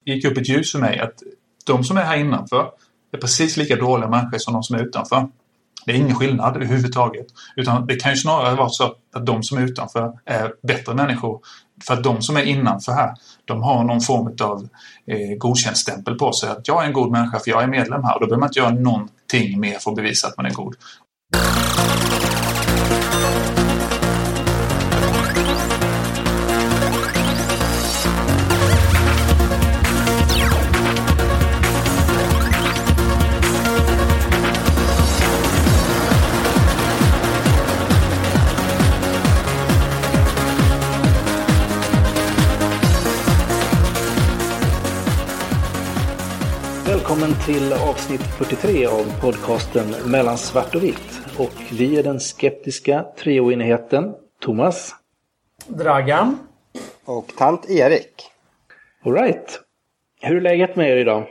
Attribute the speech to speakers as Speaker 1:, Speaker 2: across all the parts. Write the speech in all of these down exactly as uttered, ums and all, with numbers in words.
Speaker 1: gick upp ett ljus för mig att de som är här innanför är precis lika dåliga människor som de som är utanför. Det är ingen skillnad överhuvudtaget. Utan det kan ju snarare vara så att de som är utanför är bättre människor. För att de som är innanför här, de har någon form av eh, godkännstämpel på sig. Att jag är en god människa för jag är medlem här. Och då behöver man inte göra någonting mer för att bevisa att man är god.
Speaker 2: Välkommen till avsnitt fyrtiotre av podcasten Mellan svart och vitt. Och vi är den skeptiska treoenigheten Thomas,
Speaker 3: Dragan
Speaker 4: och tant Erik.
Speaker 2: All right. Hur är läget med er idag?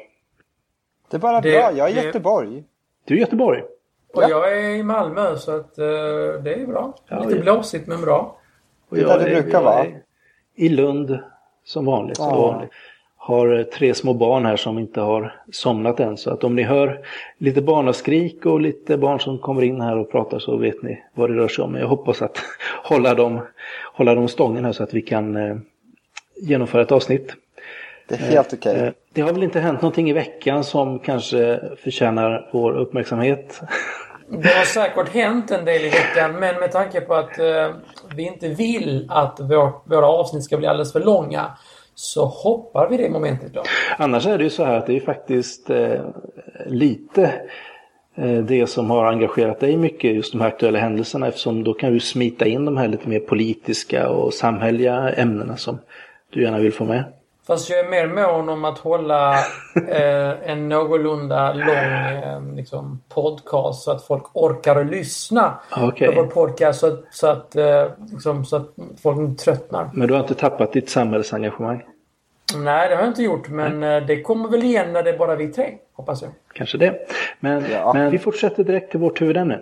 Speaker 4: Det är bara
Speaker 3: det,
Speaker 4: bra, jag är i
Speaker 3: det...
Speaker 4: Göteborg.
Speaker 2: Du är i Göteborg?
Speaker 3: Och ja. Jag är i Malmö så att uh, det är bra.
Speaker 2: Ja,
Speaker 3: Lite
Speaker 2: ja.
Speaker 3: blåsigt men bra.
Speaker 2: Och
Speaker 4: det
Speaker 2: jag
Speaker 4: där det
Speaker 2: är,
Speaker 4: brukar vara.
Speaker 2: I Lund som vanligt.
Speaker 4: Ja.
Speaker 2: Och har tre små barn här som inte har somnat än. Så att om ni hör lite barnaskrik och lite barn som kommer in här och pratar så vet ni vad det rör sig om. Jag hoppas att hålla dem, hålla dem stången här så att vi kan eh, genomföra ett avsnitt.
Speaker 4: Det är helt okej.
Speaker 2: Eh, det har väl inte hänt någonting i veckan som kanske förtjänar vår uppmärksamhet.
Speaker 3: Det har säkert hänt en del i veckan, men med tanke på att eh, vi inte vill att vår, våra avsnitt ska bli alldeles för långa så hoppar vi det momentet då.
Speaker 2: Annars är det ju så här att det är faktiskt eh, lite eh, det som har engagerat dig mycket, just de här aktuella händelserna, eftersom då kan du smita in de här lite mer politiska och samhälleliga ämnena som du gärna vill få med.
Speaker 3: Fast jag är mer mån om att hålla eh, en någorlunda lång eh, liksom, podcast så att folk orkar att lyssna
Speaker 2: okay.
Speaker 3: på vår podcast så att, så, att, eh, liksom, så att folk inte tröttnar.
Speaker 2: Men du har inte tappat ditt samhällsengagemang?
Speaker 3: Nej, det har jag inte gjort, men Nej. det kommer väl igen när det är bara vi tre, hoppas jag.
Speaker 2: Kanske det. Men, ja. men vi fortsätter direkt till vårt huvudämne.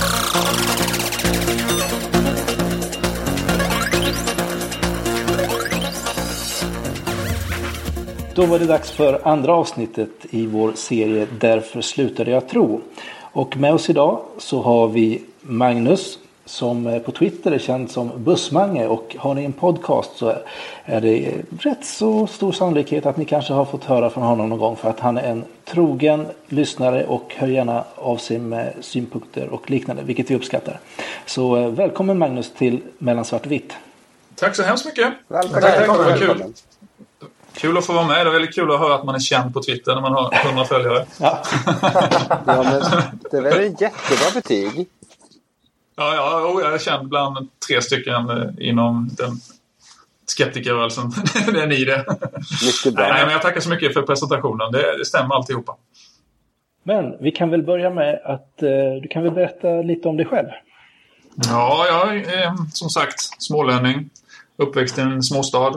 Speaker 2: Då var det dags för andra avsnittet i vår serie Därför slutade jag tro. Och med oss idag så har vi Magnus som på Twitter är känd som Bussmange. Och har ni en podcast så är det rätt så stor sannolikhet att ni kanske har fått höra från honom någon gång. För att han är en trogen lyssnare och hör gärna av sig med synpunkter och liknande, vilket vi uppskattar. Så välkommen Magnus till Mellan svart och vitt.
Speaker 1: Tack så hemskt mycket.
Speaker 4: Välkommen.
Speaker 1: Tack, tack, tack. Välkommen. Kul att få vara med. Det är väldigt kul att höra att man är känd på Twitter när man har hundra följare.
Speaker 4: Ja. ja, men det är väl en jättebra betyg.
Speaker 1: Ja, ja, jag är känd bland tre stycken inom den skeptikerrörelsen. Det är ni det.
Speaker 4: Mycket bra.
Speaker 1: Nej, men jag tackar så mycket för presentationen. Det, det stämmer alltihopa.
Speaker 2: Men vi kan väl börja med att eh, du kan väl berätta lite om dig själv.
Speaker 1: Ja, jag är eh, som sagt smålänning. Uppväxt i en småstad.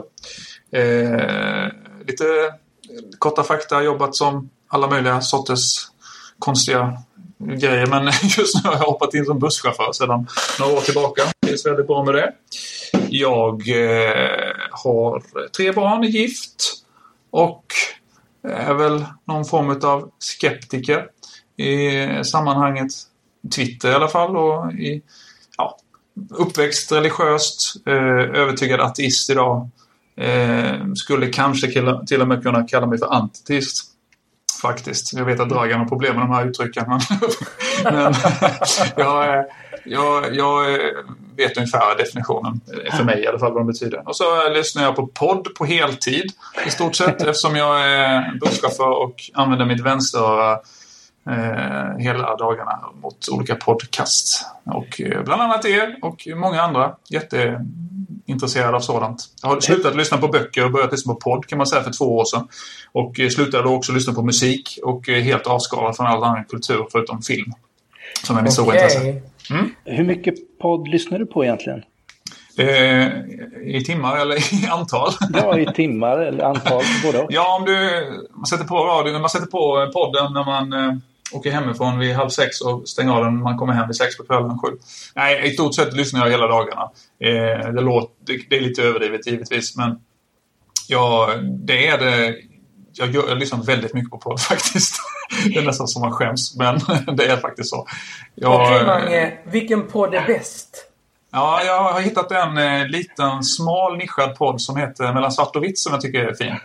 Speaker 1: Eh, lite korta fakta, jobbat som alla möjliga sorters konstiga grejer, men just nu har jag hoppat in som busschaufför sedan några år tillbaka. Det är väldigt bra med det. Jag eh, har tre barn, gift och är väl någon form av skeptiker i sammanhanget Twitter i alla fall, och i ja, uppväxt religiöst, eh, övertygad ateist idag. Eh, skulle kanske killa, till och med kunna kalla mig för antiteist faktiskt. Jag vet att Dragan har problem med de här uttrycken, men, men jag, jag, jag vet ungefär definitionen för mig i alla fall vad de betyder. Och så lyssnar jag på podd på heltid i stort sett eftersom jag är busschaufför och använder mitt vänsteröra eh, hela dagarna mot olika podcast. Och eh, bland annat er och många andra jätteintresserade av sådant. Jag har slutat lyssna på böcker och börjat lyssna på podd kan man säga för två år sedan. Och eh, slutade då också lyssna på musik och eh, helt avskalad från all annan kultur förutom film. Som är mitt stora intresse. Mm?
Speaker 2: Hur mycket podd lyssnar du på egentligen?
Speaker 1: Eh, I timmar eller i antal?
Speaker 2: Ja, i timmar eller antal, både och.
Speaker 1: Ja, om du man sätter på radion, man sätter på podden när man eh, åker hemifrån vid halv sex och stänger av den när man kommer hem vid sex på kvällen sju. Nej, i stort sett lyssnar jag hela dagarna. Eh, det, låter, det, det är lite överdrivet givetvis, men ja, det är det jag, gör, jag lyssnar väldigt mycket på podd faktiskt. Det är nästan som man skäms, men det är faktiskt så. Jag,
Speaker 3: Okej, Mange, vilken podd är bäst?
Speaker 1: Ja, jag har hittat en eh, liten, smal, nischad podd som heter Mellan svart och vitt som jag tycker är fin.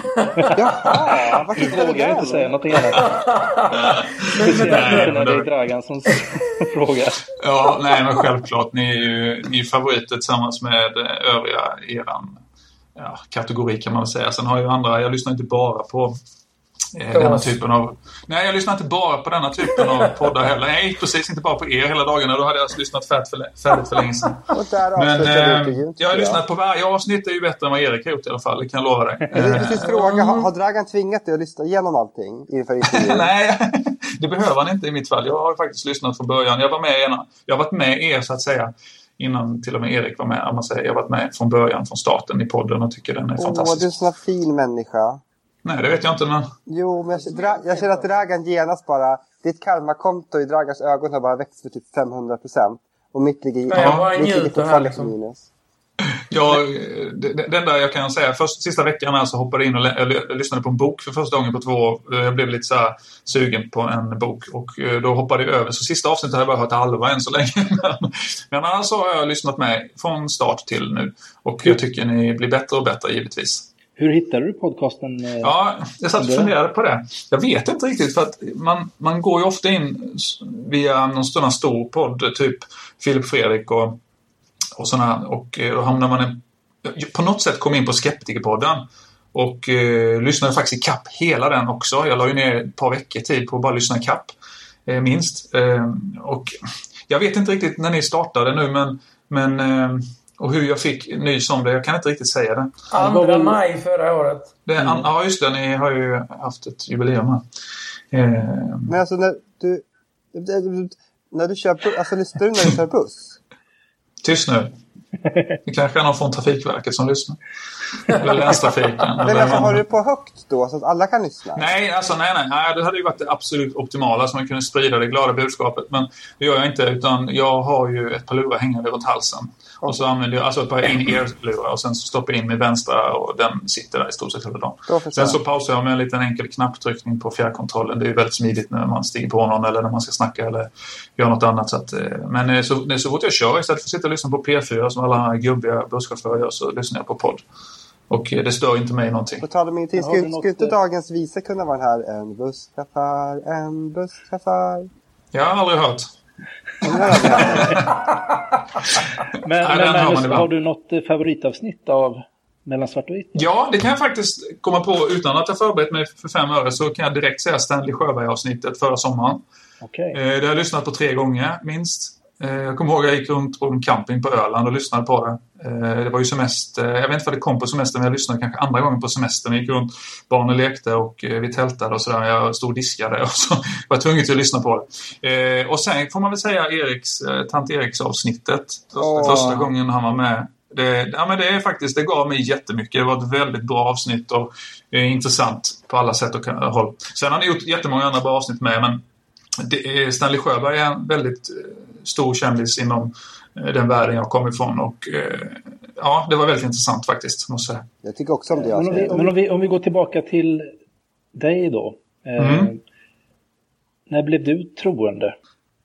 Speaker 4: Jaha, vad
Speaker 2: Du vågar inte säga någonting annat. Speciellt när det är Dragan som frågar.
Speaker 1: Ja, nej men självklart. Ni är ju ni är favoriter tillsammans med övriga eran ja, kategori kan man väl säga. Sen har jag ju andra, jag lyssnar inte bara på eh, denna typen av... Nej, jag lyssnar inte bara på denna typen av poddar heller. Nej, precis inte bara på er hela dagarna. Då hade jag lyssnat färdigt för, färdigt för länge sedan. Men eh, jag har lyssnat på varje avsnitt. Det är ju bättre än vad Erik har gjort i alla fall. Det kan jag lova dig.
Speaker 4: Jag vill precis fråga, har, har Dragan tvingat dig att lyssna igenom allting inför intervjun?
Speaker 1: Nej, det behöver han inte i mitt fall. Jag har faktiskt lyssnat från början. Jag var med ena. Jag har varit med er så att säga. Innan till och med Erik var med. Om man säger. Jag har varit med från början, från starten i podden och tycker den är
Speaker 4: Åh,
Speaker 1: fantastisk.
Speaker 4: du är en sån här fin människa.
Speaker 1: Nej, det vet jag inte. Men...
Speaker 4: Jo, men jag, dra, jag känner att Dragan genast bara... Ditt karmakonto i Dragans ögon har bara växt för typ femhundra procent. Och mitt ligger,
Speaker 3: Nej, jag bara
Speaker 4: mitt ligger
Speaker 3: njuter här
Speaker 4: fortfarande
Speaker 3: liksom.
Speaker 4: minus.
Speaker 1: Ja, det, det enda jag kan säga, först sista veckan här så hoppade jag in och l- l- lyssnade på en bok för första gången på två år. Jag blev lite så här sugen på en bok och då hoppade jag över. Så sista avsnittet har jag bara hört halva än så länge. Men annars så har jag lyssnat med från start till nu. Och jag tycker ni blir bättre och bättre givetvis.
Speaker 2: Hur hittade du podcasten?
Speaker 1: Ja, jag satt och funderade på det. Jag vet inte riktigt för att man, man går ju ofta in via någon sån här stor podd, typ Filip Fredrik och, och sådana. Och då hamnar man en, på något sätt kom in på Skeptikerpodden och eh, lyssnade faktiskt i kapp hela den också. Jag la ju ner ett par veckor tid på att bara lyssna i kapp, eh, minst. Eh, och jag vet inte riktigt när ni startade nu, men... men eh, och hur jag fick nys om det, jag kan inte riktigt säga det.
Speaker 3: andra maj förra året.
Speaker 1: det mm. Ja, just det. Ni har ju haft ett jubileum här. Eh.
Speaker 4: Men alltså, när du... När du kör... Alltså, lyssnar du när du kör buss?
Speaker 1: Tyst nu. Det kanske är någon från Trafikverket som lyssnar. Eller länstrafiken.
Speaker 4: Men alltså, har du på högt då, så att alla kan lyssna?
Speaker 1: Nej, alltså nej, nej. nej det hade ju varit det absolut optimala så man kunde sprida det glada budskapet. Men det gör jag inte, utan jag har ju ett par lurar hängande runt halsen. Och så använder jag alltså ett par in-ear-lurar och sen så stoppar jag in med vänstra och den sitter där i stort sett hela dagen. Sen så pausar jag med en liten enkel knapptryckning på fjärrkontrollen. Det är ju väldigt smidigt när man stiger på någon eller när man ska snacka eller göra något annat. Så att, men så, så fort jag kör, istället för att sitta och lyssna på P fyra som alla andra gubbiga busschaufförer gör, så lyssnar jag på podd. Och det stör inte mig någonting.
Speaker 4: På tal om ingenting, skulle, skulle inte dagens visa kunna vara den här? En busschaufför, en busschaufför.
Speaker 1: Jag har aldrig hört.
Speaker 2: men men, men har, har du något favoritavsnitt av Mellan svart och vitt?
Speaker 1: Ja, det kan jag faktiskt komma på utan att jag förberett mig för fem öre, så kan jag direkt säga Stanley Sjöberg-avsnittet förra sommaren.
Speaker 2: Okay.
Speaker 1: Eh, det har jag lyssnat på tre gånger minst. Eh, jag kommer ihåg att jag gick runt på en camping på Öland och lyssnade på det. Eh, det var ju semester, jag vet inte vad det kom på semester, men jag lyssnade kanske andra gången på semestern. Vi gick runt, barnen lekte och eh, vi tältade och sådär. Jag stod och diskade och så var jag tvungen att lyssna på det. Eh, och sen får man väl säga Eriks, eh, tant Eriks avsnittet. Oh. Första gången han var med. Det, ja, men det är faktiskt, det gav mig jättemycket. Det var ett väldigt bra avsnitt och eh, intressant på alla sätt och håll. Sen har han gjort jättemånga andra bra avsnitt med, men det, Stanley Sjöberg är en väldigt eh, stor kändis inom eh, den världen jag kommer ifrån och eh, ja, det var väldigt intressant faktiskt, måste jag säga.
Speaker 4: Jag tycker också om det.
Speaker 2: Men om vi, men om vi, om vi går tillbaka till dig då. Eh, mm. När blev du troende?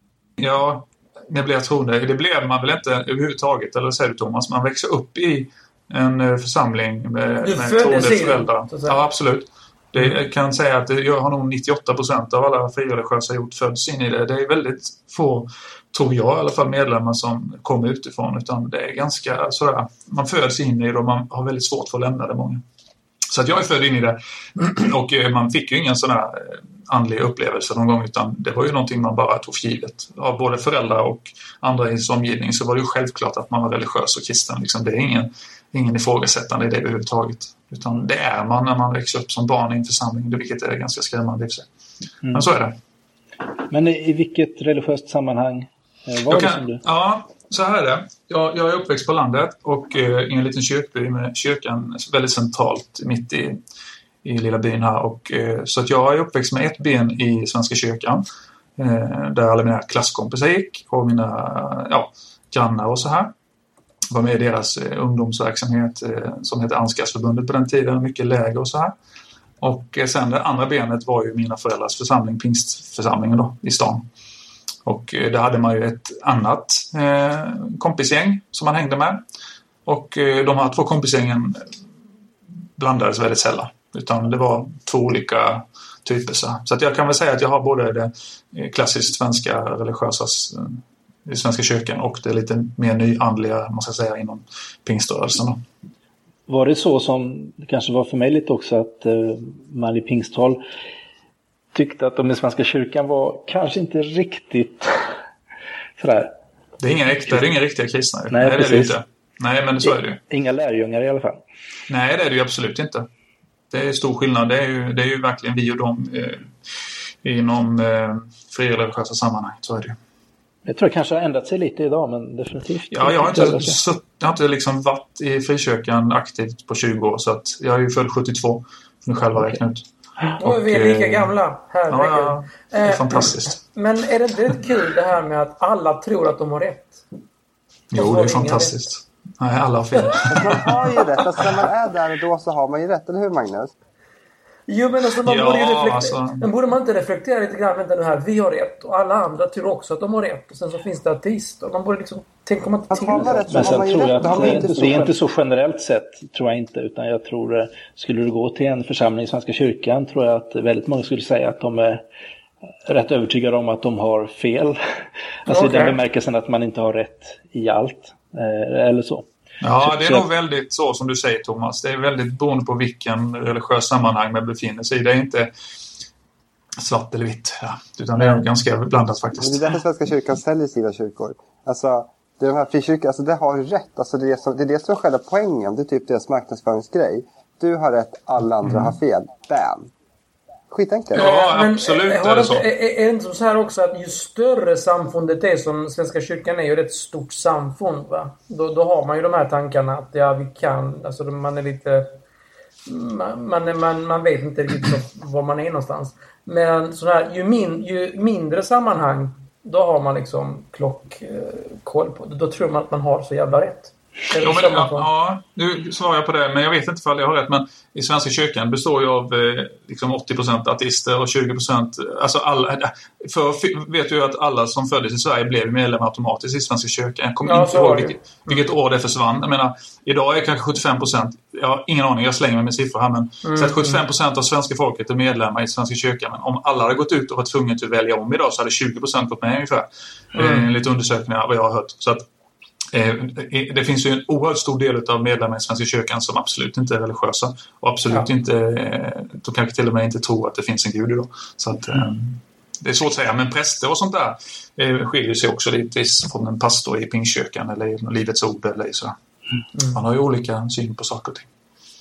Speaker 1: Ja, när blev jag troende? Det blev man väl inte överhuvudtaget, eller säger du Thomas? Man växer upp i en församling med, med troende föräldrar. Ja, absolut. Det, jag kan säga att jag har nog nittioåtta procent av alla frireligiösa gjort föds in i det. Det är väldigt få, tror jag i alla fall, medlemmar som kommer utifrån. Utan det är ganska sådär, man föds in i det och man har väldigt svårt för att lämna det många. Så att jag är född in i det. Och man fick ju ingen sån här andlig upplevelse någon gång, utan det var ju någonting man bara tog för givet. Av både föräldrar och andra i sin omgivning så var det ju självklart att man var religiös och kristen. Liksom, det är ingen, ingen ifrågasättande i det överhuvudtaget. Utan det är man när man växer upp som barn i en församling, vilket är ganska skrämmande i sig. Mm. Men så är det.
Speaker 2: Men i vilket religiöst sammanhang var jag det kan, som du?
Speaker 1: Ja, så här är det. Jag, jag är uppväxt på landet och eh, i en liten kyrkby med kyrkan väldigt centralt mitt i, i lilla byn här. Och, eh, så att jag är uppväxt med ett ben i Svenska kyrkan eh, där alla mina klasskompisar gick och mina ja, grannar och så här. Var med i deras eh, ungdomsverksamhet eh, som heter Ansgarsförbundet på den tiden, mycket läger och så här. Och sen det andra benet var ju mina föräldrars församling, pingstförsamlingen då, i stan. Och där hade man ju ett annat eh, kompisgäng som man hängde med. Och eh, de här två kompisgängen blandades väldigt sällan. Utan det var två olika typer. Så, så att jag kan väl säga att jag har både det klassiskt svenska religiösa i Svenska kyrkan och det lite mer nyandliga, man ska säga, inom pingströrelsen då.
Speaker 2: Var det så som det kanske var för mig lite också att eh, man i pingsthåll tyckte att de i Svenska kyrkan var kanske inte riktigt sådär.
Speaker 1: Det är inga äkta, det är inga riktiga kristna.
Speaker 2: Nej,
Speaker 1: Nej, det är det inte.
Speaker 2: precis.
Speaker 1: Nej, men så är det ju.
Speaker 2: Inga lärjungar i alla fall.
Speaker 1: Nej, det är det ju absolut inte. Det är stor skillnad. Det är ju, det är ju verkligen vi och dem eh, inom eh, frireligiösa sammanhang. Så är det ju.
Speaker 2: Jag tror det kanske har ändrat sig lite idag, men definitivt.
Speaker 1: Ja, jag har inte, så, jag har inte liksom varit i frikyrkan aktivt på tjugo år. Så att jag är ju född sjuttiotvå. Får ni själva räkna ut.
Speaker 3: Och, och vi är lika gamla. Här,
Speaker 1: ja, ja, det är fantastiskt.
Speaker 3: Men är det inte kul det här med att alla tror att de har rätt?
Speaker 1: Jo, det är fantastiskt. Nej, alla har fel.
Speaker 4: Man har ju rätt. Alltså, när man är där och då så har man ju rätt. Eller hur, Magnus?
Speaker 3: Jo, men alltså, man
Speaker 1: ja,
Speaker 3: borde ju reflektera.
Speaker 1: Alltså...
Speaker 3: Men borde man inte reflektera lite grann? Vänta nu här, vi har rätt. Och alla andra tror också att de har rätt. Och sen så finns det artister. Man borde liksom tänka om att till
Speaker 4: man rätt,
Speaker 2: men sen
Speaker 4: man
Speaker 2: tror jag
Speaker 4: rätt,
Speaker 2: att det,
Speaker 4: inte
Speaker 2: det är inte så generellt sett, tror jag inte. Utan jag tror, skulle du gå till en församling i Svenska kyrkan, tror jag att väldigt många skulle säga att de är rätt övertygade om att de har fel. Alltså okay. I den bemärkelsen att man inte har rätt i allt. Eh, eller så.
Speaker 1: Ja, det är nog väldigt så som du säger, Thomas. Det är väldigt beroende på vilken religiös sammanhang man befinner sig i. Det är inte svart eller vitt, ja, utan det är ganska blandat faktiskt.
Speaker 4: Men det är därför Svenska kyrkan säljer sina kyrkor. Alltså, det är de här frikyrkorna, alltså det har ju rätt. Alltså det är, som, det är det som är själva poängen. Det är typ deras marknadsföringsgrej. Du har rätt, alla andra mm. har fel. Bam! Skitenkelt.
Speaker 1: Ja,
Speaker 3: men,
Speaker 1: absolut
Speaker 3: är,
Speaker 1: är det så.
Speaker 3: Är, är det inte så här också att ju större samfundet är, som Svenska kyrkan är ju ett stort samfund, va? Då, då har man ju de här tankarna att ja, vi kan, alltså man är lite man, man, är, man, man vet inte riktigt var man är någonstans. Men så här, ju, min, ju mindre sammanhang, då har man liksom klock eh, koll på det. Då tror man att man har så jävla rätt.
Speaker 1: Jo, men, ja, ja, nu svarar jag på det, men jag vet inte ifall jag har rätt, men i Svenska kyrkan består ju av eh, liksom åttio procent ateister och tjugo procent, alltså alla, för vet du att alla som föddes i Sverige blev medlemmar automatiskt i Svenska kyrkan. Jag kommer ja, inte ihåg vilket, vilket år det försvann. Jag menar, idag är kanske sjuttiofem procent, jag har ingen aning, jag slänger mig med siffror här, men mm, så att sjuttiofem procent av svenska folket är medlemmar i Svenska kyrkan, men om alla hade gått ut och var tvungna att välja om idag så hade tjugo procent gått med ungefär. Mm. Eh, lite undersökningar vad jag har hört. Så att det finns ju en oerhört stor del av medlemmar i Svenska kyrkan som absolut inte är religiösa och absolut ja. inte, de kanske till och med inte tror att det finns en gud idag. Så att mm. det är så att säga, men präster och sånt där skiljer sig också lite från en pastor i Pingstkyrkan eller i Livets ord eller så. Mm. Man har ju olika syn på saker och ting.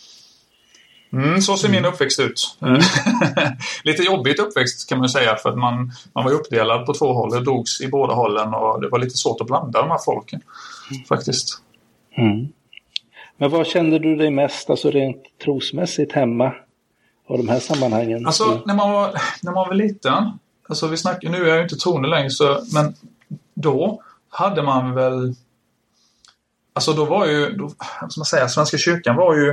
Speaker 1: Mm, så ser min uppväxt ut. Mm. Lite jobbigt uppväxt kan man säga, för att man, man var uppdelad på två håll och drogs i båda hållen och det var lite svårt att blanda de här folken mm. faktiskt.
Speaker 2: Mm. Men vad kände du dig mest, alltså rent trosmässigt hemma av de här sammanhangen?
Speaker 1: Alltså när man var, när man var liten, alltså vi snackar, nu är jag ju inte troende längre, så, men då hade man väl, alltså då var ju, då, som man säger, Svenska kyrkan var ju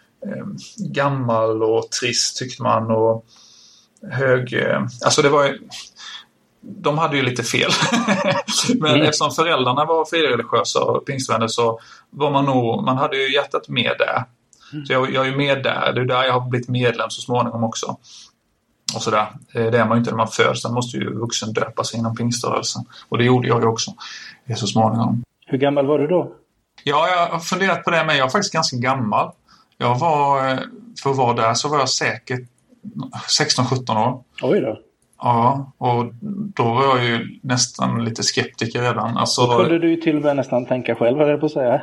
Speaker 1: gammal och trist tyckte man och hög, alltså det var ju, de hade ju lite fel men mm. eftersom föräldrarna var frireligiösa och pingstvänner så var man nog, man hade ju hjärtat med där mm. så jag, jag är ju med där, det är där jag har blivit medlem så småningom också och sådär, det är man ju inte när man föds, man måste ju vuxen döpa sig inom pingströrelsen och det gjorde jag ju också så småningom.
Speaker 2: Hur gammal var du då?
Speaker 1: Ja, jag har funderat på det, men jag är faktiskt ganska gammal. Jag var, för att vara där så var jag säkert sexton sjutton år.
Speaker 2: Oj då.
Speaker 1: Ja, och då var jag ju nästan lite skeptiker redan. Alltså,
Speaker 2: då kunde du ju till och med nästan tänka själv, vad det på att säga.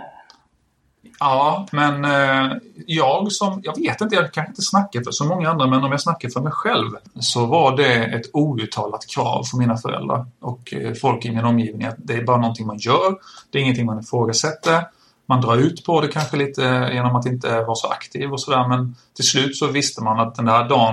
Speaker 1: Ja, men eh, jag som, jag vet inte, jag kan inte snacka för så många andra, men om jag snackar för mig själv så var det ett outtalat krav för mina föräldrar och eh, folk i min omgivning att det är bara någonting man gör, det är ingenting man ifrågasätter. Man drar ut på det kanske lite genom att inte vara så aktiv och sådär, men till slut så visste man att den där dagen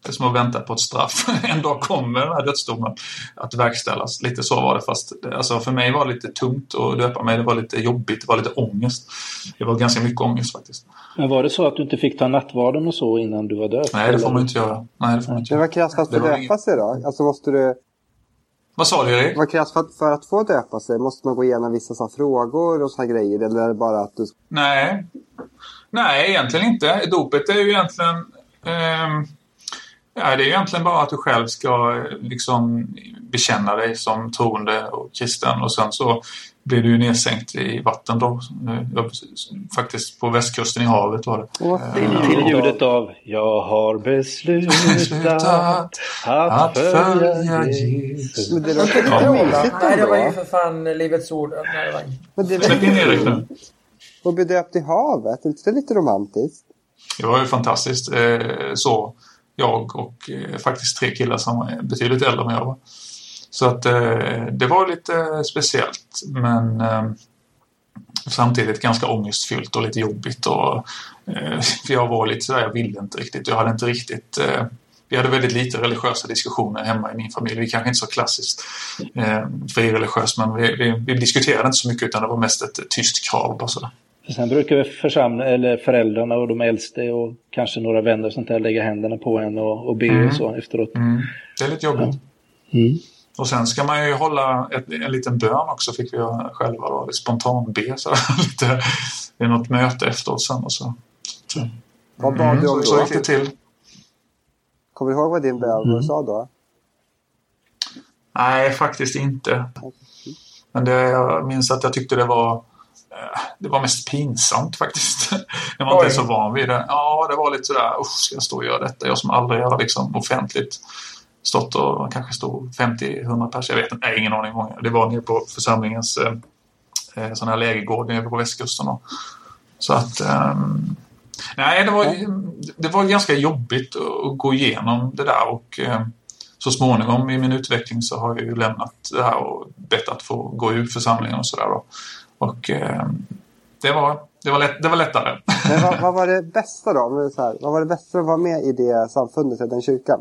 Speaker 1: som att vänta på ett straff. En dag kommer den här dödsdomen att verkställas. Lite så var det, fast alltså för mig var det lite tungt att döpa mig. Det var lite jobbigt, det var lite ångest. Det var ganska mycket ångest faktiskt.
Speaker 2: Men var det så att du inte fick ta nattvarden och så innan du var död?
Speaker 1: Nej, det får man inte göra. Nej, det får man inte
Speaker 4: Men
Speaker 1: göra.
Speaker 4: vad krävs för att få döpa ingen... sig då? Alltså måste du...
Speaker 1: Vad sa du, Erik?
Speaker 4: Vad krävs för att, för att få döpa sig? Måste man gå igenom vissa så frågor och såna grejer? Eller är det bara att du...
Speaker 1: Nej. Nej, egentligen inte. Dopet är ju egentligen... Eh, ja, det är egentligen bara att du själv ska liksom bekänna dig som troende och kristen. Och sen så blir du ju nedsänkt i vatten då. Faktiskt på västkusten i havet var det.
Speaker 2: Till, till ljudet av Jag har beslutat att, att följa Jesus.
Speaker 4: Men det låter
Speaker 3: Ja.
Speaker 4: inte mysigt
Speaker 3: Nej, det var ju
Speaker 4: ändå.
Speaker 3: för fan livets ord. Nej, det var inte.
Speaker 4: Men det är
Speaker 1: Släpp in Erik nu.
Speaker 4: Och bli döpt i havet, är inte det lite romantiskt?
Speaker 1: Det var ju fantastiskt. Eh, så jag och eh, faktiskt tre killar som är betydligt äldre än jag var. Så att eh, det var lite speciellt, men eh, samtidigt ganska ångestfyllt och lite jobbigt. Och, eh, för jag var lite sådär, jag ville inte riktigt. Jag hade inte riktigt... Eh, vi hade väldigt lite religiösa diskussioner hemma i min familj. Vi kanske inte så klassiskt eh, frireligiös, men vi, vi, vi diskuterade inte så mycket, utan det var mest ett tyst krav. Bara sådär.
Speaker 2: Sen brukar vi församla, eller föräldrarna och de äldste och kanske några vänner sånt där lägga händerna på en och, och be mm. och så efteråt.
Speaker 1: Mm. Det är lite jobbigt.
Speaker 2: Ja. Mm.
Speaker 1: Och sen ska man ju hålla ett, en liten bön också, fick vi göra själva då. Spontan be så lite vid något möte efteråt sen och så. så. Mm.
Speaker 4: Vad bad du om då?
Speaker 1: Så gick det till.
Speaker 4: Kommer du ihåg vad din bön mm. sa då?
Speaker 1: Nej, faktiskt inte. Men det, jag minns att jag tyckte det var det var mest pinsamt faktiskt. Jag var Oj. inte så van vid det. Ja, det var lite sådär, usch, ska jag stå och göra detta? Jag som aldrig har liksom offentligt stått och kanske stod femtio till hundra pers. Jag vet inte, ingen aning om. Det var nere på församlingens eh, sån här lägergård nere på västkusten. Då. Så att eh, nej, det var, det var ganska jobbigt att gå igenom det där och eh, så småningom i min utveckling så har jag ju lämnat det här och bett att få gå ur församlingen och sådär då. Och eh, det, var, det, var lätt, det var lättare.
Speaker 4: Men vad, vad var det bästa då? Så här, vad var det bästa att vara med i det samfundet, i den kyrkan?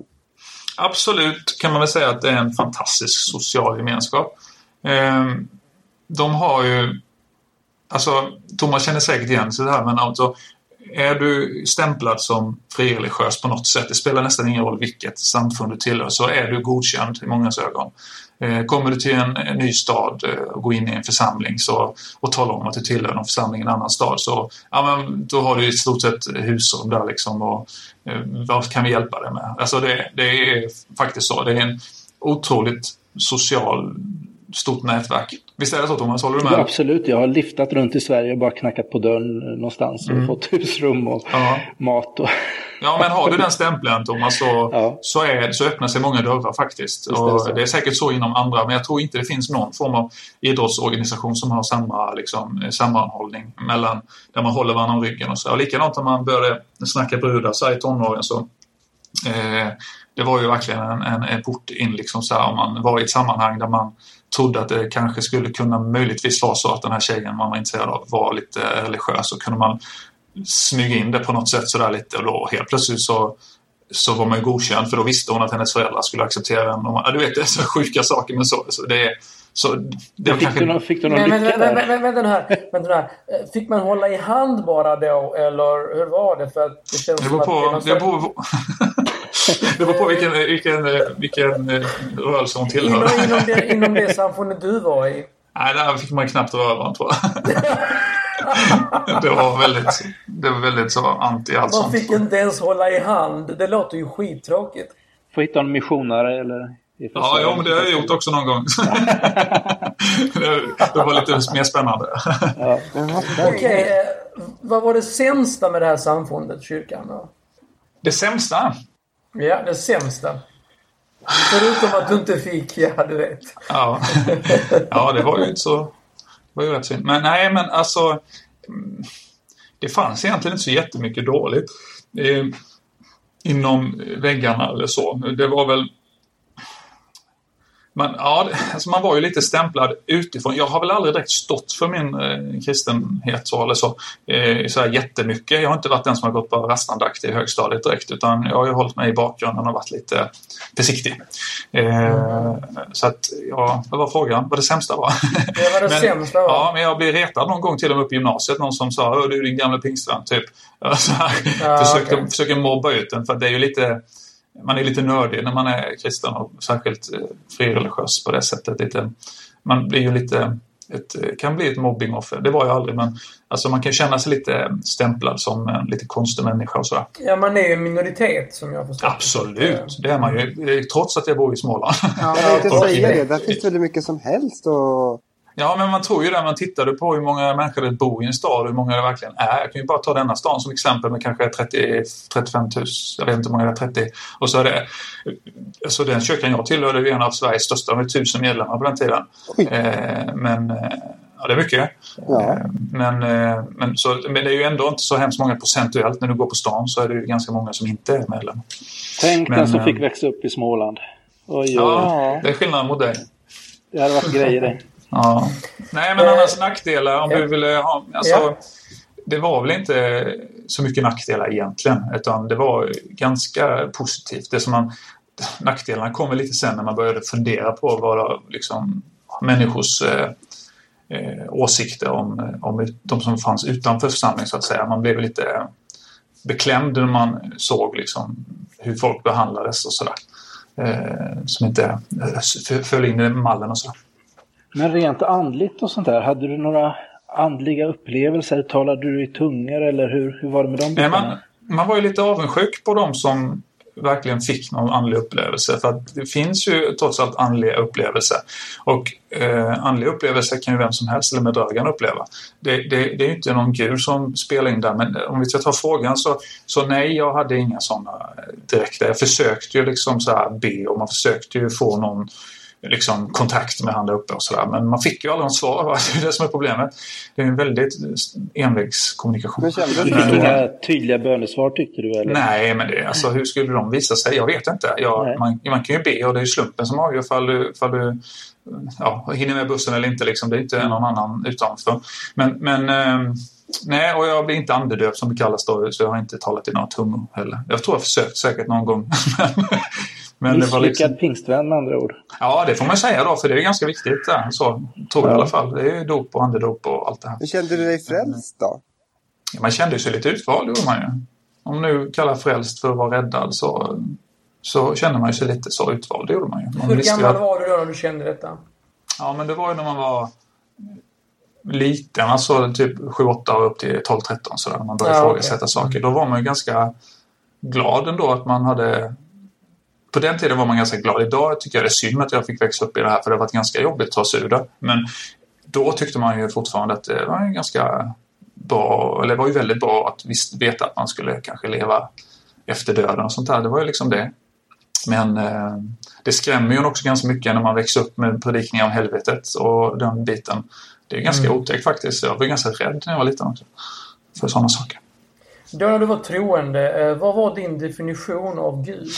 Speaker 1: Absolut kan man väl säga att det är en fantastisk social gemenskap. Eh, de har ju, alltså Thomas känner säkert igen sig det här, men alltså är du stämplad som frireligiös på något sätt, det spelar nästan ingen roll vilket samfund du tillhör, så är du godkänd i många ögon. Kommer du till en, en ny stad och går in i en församling så, och talar om att du tillhör någon församling i en annan stad, så ja, men, då har du i stort sett husrum där liksom, och eh, vad kan vi hjälpa dig med? Alltså det, det är faktiskt så, det är en otroligt social stort nätverk. Visst är det så, Thomas? Håller du med?
Speaker 2: Ja, absolut, jag har liftat runt i Sverige och bara knackat på dörren någonstans och mm. fått husrum och ja. mat. Och...
Speaker 1: ja, men har du den stämpeln, Thomas, så,
Speaker 2: ja.
Speaker 1: så, är, så öppnar sig många dörrar faktiskt. Och det, är det är säkert så inom andra, men jag tror inte det finns någon form av idrottsorganisation som har samma liksom, sammanhållning mellan där man håller varandra om ryggen och så. Och likadant när man började snacka brudar så här i tonåren så eh, det var ju verkligen en, en, en port in liksom så här, om man var i ett sammanhang där man trodde att det kanske skulle kunna möjligtvis vara så att den här tjejen man var intresserad av var lite religiös, så kunde man smyga in det på något sätt sådär lite, och då helt plötsligt så, så var man ju godkänd, för då visste hon att hennes föräldrar skulle acceptera en. Man, ja, du vet, det är så sjuka saker, men så, så det är så det
Speaker 2: fick,
Speaker 1: kanske...
Speaker 2: du någon, fick du någon
Speaker 3: men,
Speaker 2: lycka
Speaker 3: men,
Speaker 2: där?
Speaker 3: men, vänta nu här, vänta nu här. Fick man hålla i hand bara då, eller hur var det? För att det känns
Speaker 1: det var på, det var på det var på vilken, vilken, vilken rörelse hon tillhör.
Speaker 3: Inom, inom, det, inom det samfundet du var i?
Speaker 1: Nej, där fick man knappt röra varandra, tror jag. Det var väldigt, det var väldigt så anti allt
Speaker 3: man
Speaker 1: sånt.
Speaker 3: fick inte ens hålla i hand. Det låter ju skittråkigt.
Speaker 2: Får hitta en missionare eller...
Speaker 1: Ja, ja, men det har jag gjort också någon gång. det, det var lite mer spännande.
Speaker 2: Ja.
Speaker 3: Okej, okay, vad var det sämsta med det här samfundet, kyrkan då?
Speaker 1: Det sämsta?
Speaker 3: Ja, det sämsta. Förutom att du inte fick, ja, du vet.
Speaker 1: Ja, ja det var ju inte så... Det var ju rätt synd. Men nej, men alltså... Det fanns egentligen inte så jättemycket dåligt eh, inom väggarna eller så. Det var väl... Man, ja, alltså man var ju lite stämplad utifrån. Jag har väl aldrig direkt stått för min eh, kristenhet så, eller så, eh, så här jättemycket. Jag har inte varit den som har gått på rastandakt i högstadiet direkt, utan jag har ju hållit mig i bakgrunden och varit lite försiktig. Eh, mm. Så att, ja, vad var frågan? Vad det sämsta var?
Speaker 3: Det var det men, sämsta var.
Speaker 1: Ja, men jag blev retad någon gång till och med upp i gymnasiet. Någon som sa, du är din gamla pingstvän, typ. Så här, ja, försökte, okay. försöker mobba ut den, för det är ju lite... Man är lite nördig när man är kristen och särskilt frireligiös på det sättet. Lite, man blir ju lite, ett, kan bli ett mobbingoffer. Det var jag aldrig, men alltså man kan känna sig lite stämplad som en lite konstig människa och sådär.
Speaker 3: Ja, man är ju en minoritet som jag förstår.
Speaker 1: Absolut, det är man ju. Tänkte att jag bor i Småland.
Speaker 4: Ja, jag tänkte säga det. Där finns det mycket som helst och...
Speaker 1: Ja, men man tror ju det. Man tittade på hur många människor det bor i en stad och hur många det verkligen är. Jag kan ju bara ta denna stan som exempel med kanske trettio till trettiofem tusen. Jag vet inte hur många det är, trettio. Och så är det... Så den kyrkan jag tillhörde är en av Sveriges största med tusen medlemmar på den tiden. Eh, men... Ja, det är mycket. Ja. Men, men, så, men det är ju ändå inte så hemskt många procentuellt. När du går på stan så är det ju ganska många som inte är medlemmar.
Speaker 2: Tänk den som fick växa upp i Småland. Oj, oj.
Speaker 1: Ja, det är skillnad mot dig.
Speaker 2: Det hade varit grejer det.
Speaker 1: Ja. Nej, men annars nackdelar om ja. du ville ha... Alltså, ja. Det var väl inte så mycket nackdelar egentligen, utan det var ganska positivt. Det som man, nackdelarna kommer lite sen när man började fundera på vad liksom, människors eh, eh, åsikter om, om de som fanns utanför församlingen, så att säga. Man blev lite beklämd när man såg liksom, hur folk behandlades och sådär. Eh, som inte eh, föll in i mallen och så.
Speaker 2: Men rent andligt och sånt där, hade du några andliga upplevelser? Talade du i tungor eller hur, hur var det med dem?
Speaker 1: Nej, man, man var ju lite avundsjuk på dem som verkligen fick någon andlig upplevelse. För att det finns ju trots allt andliga upplevelser. Och eh, andliga upplevelser kan ju vem som helst eller med dragan uppleva. Det, det, det är ju inte någon gud som spelar in där. Men om vi ska ta frågan så, så nej, jag hade inga sådana direkta. Jag försökte ju liksom så här be och man försökte ju få någon liksom kontakt med han där uppe och sådär. Men man fick ju aldrig något svar. Det är det som är problemet. Det är en väldigt envägskommunikation.
Speaker 2: Men kände du men, inga tydliga bönesvar tyckte du? Eller?
Speaker 1: Nej, men det, alltså, hur skulle de visa sig? Jag vet inte. Jag, man, man kan ju be och det är ju slumpen som avgör ifall du, ifall du ja, hinner med bussen eller inte. Liksom. Det är inte någon annan utanför. Men, men eh, nej, och jag blir inte andedöpt som det kallas då. Så jag har inte talat i några tungor heller. Jag tror jag har försökt säkert någon gång.
Speaker 2: Men det var liksom... pingstvän med andra ord.
Speaker 1: Ja, det får man säga då, för det är ganska viktigt där. Så tror jag ja. i alla fall. Det är ju dop och andedop och allt det här.
Speaker 4: Hur kände du dig frälst då?
Speaker 1: Ja, man kände sig lite utvald, gjorde man ju. Om nu kallar frälst för att vara räddad så, så kände man ju sig lite så utvald, det gjorde man ju. Man
Speaker 3: Hur gammal att... var du då när du kände detta?
Speaker 1: Ja, men det var ju när man var liten, alltså typ sju åtta och upp till tolv tretton sådär, när man började ja, ifrågasätta okay. saker. Då var man ju ganska glad ändå att man hade... På den tiden var man ganska glad. Idag tycker jag det är synd att jag fick växa upp i det här, för det har varit ganska jobbigt att ta sig ur det. Men då tyckte man ju fortfarande att det var ganska bra, eller det var ju väldigt bra att visst veta att man skulle kanske leva efter döden och sånt där. Det var ju liksom det. Men eh, det skrämmer ju också ganska mycket när man växer upp med predikningar om helvetet och den biten. Det är ganska mm. otäckt faktiskt. Jag var ganska rädd när jag var liten också för sådana saker.
Speaker 3: Då när du var troende, vad var din definition av Gud?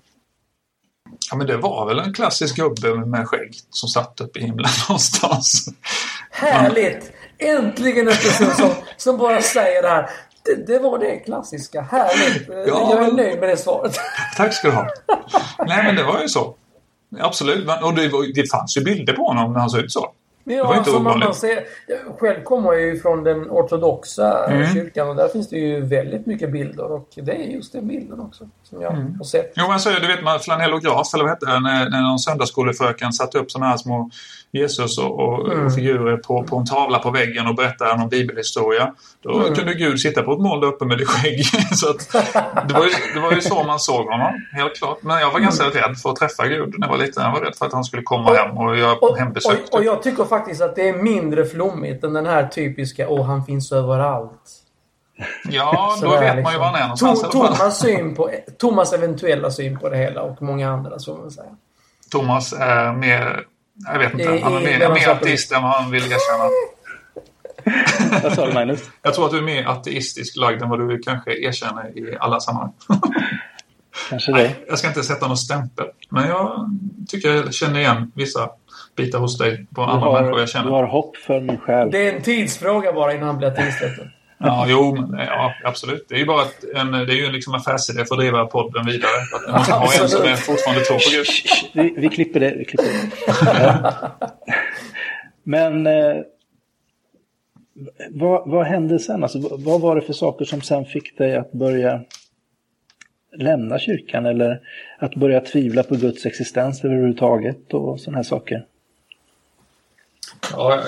Speaker 1: Ja, men det var väl en klassisk gubbe med skägg som satt upp i himlen någonstans.
Speaker 3: Härligt! Äntligen en person som, som bara säger det här. Det, det var det klassiska. Härligt! Ja, jag är nöjd med det svaret.
Speaker 1: Tack ska du ha. Nej, men det var ju så. Absolut. Och det, det fanns ju bilder på honom när han såg ut så.
Speaker 3: Ja, alltså man, man ser, själv kommer jag ju från den ortodoxa mm. kyrkan och där finns det ju väldigt mycket bilder och det är just den bilden också som jag mm. har sett.
Speaker 1: Jo, men så du vet man flanellograf eller vad heter det, när, när någon söndagsskolefröken satte upp sådana här små Jesus och, och, mm. och figurer på, på en tavla på väggen och berättade någon bibelhistoria. Då mm. kunde Gud sitta på ett mål där uppe med det skägg. Så att, det, var ju, det var ju så man såg honom, helt klart. Men jag var ganska mm. rädd för att träffa Gud när jag var liten. Jag var rädd för att han skulle komma och, hem och göra och, hembesök.
Speaker 3: Och, och jag tycker faktiskt att det är mindre flummigt än den här typiska åh, han finns överallt.
Speaker 1: Ja, då vet liksom. Man ju var han är någonstans.
Speaker 3: To- Thomas, syn på, Thomas eventuella syn på det hela och många andra, så man säga.
Speaker 1: Thomas är mer, jag vet inte, I, han är mer, mer ateist än vad han vill erkänna.
Speaker 2: Vad sa du, Magnus?
Speaker 1: Jag tror att du är mer ateistisk lagd än vad du kanske erkänner i alla sammanhang.
Speaker 2: Kanske det.
Speaker 1: Nej, jag ska inte sätta någon stämpel. Men jag tycker jag känner igen vissa bitar hos dig på
Speaker 2: Du
Speaker 1: andra
Speaker 2: har,
Speaker 1: människor jag känner.
Speaker 2: du har hopp för mig själv.
Speaker 3: Det är en tidsfråga bara innan han blir tingsrätten.
Speaker 1: Ja, jo, men, ja, absolut. Det är ju bara ett, en, det är ju liksom en affärsidé för att driva podden vidare. Att man ska ha en som är fortfarande tror på Gud.
Speaker 2: Vi, vi klipper det. Vi klipper det. Ja. Men eh, vad, vad hände sen? Alltså, vad var det för saker som sen fick dig att börja lämna kyrkan eller att börja tvivla på Guds existens överhuvudtaget och sådana här saker?
Speaker 1: Ja,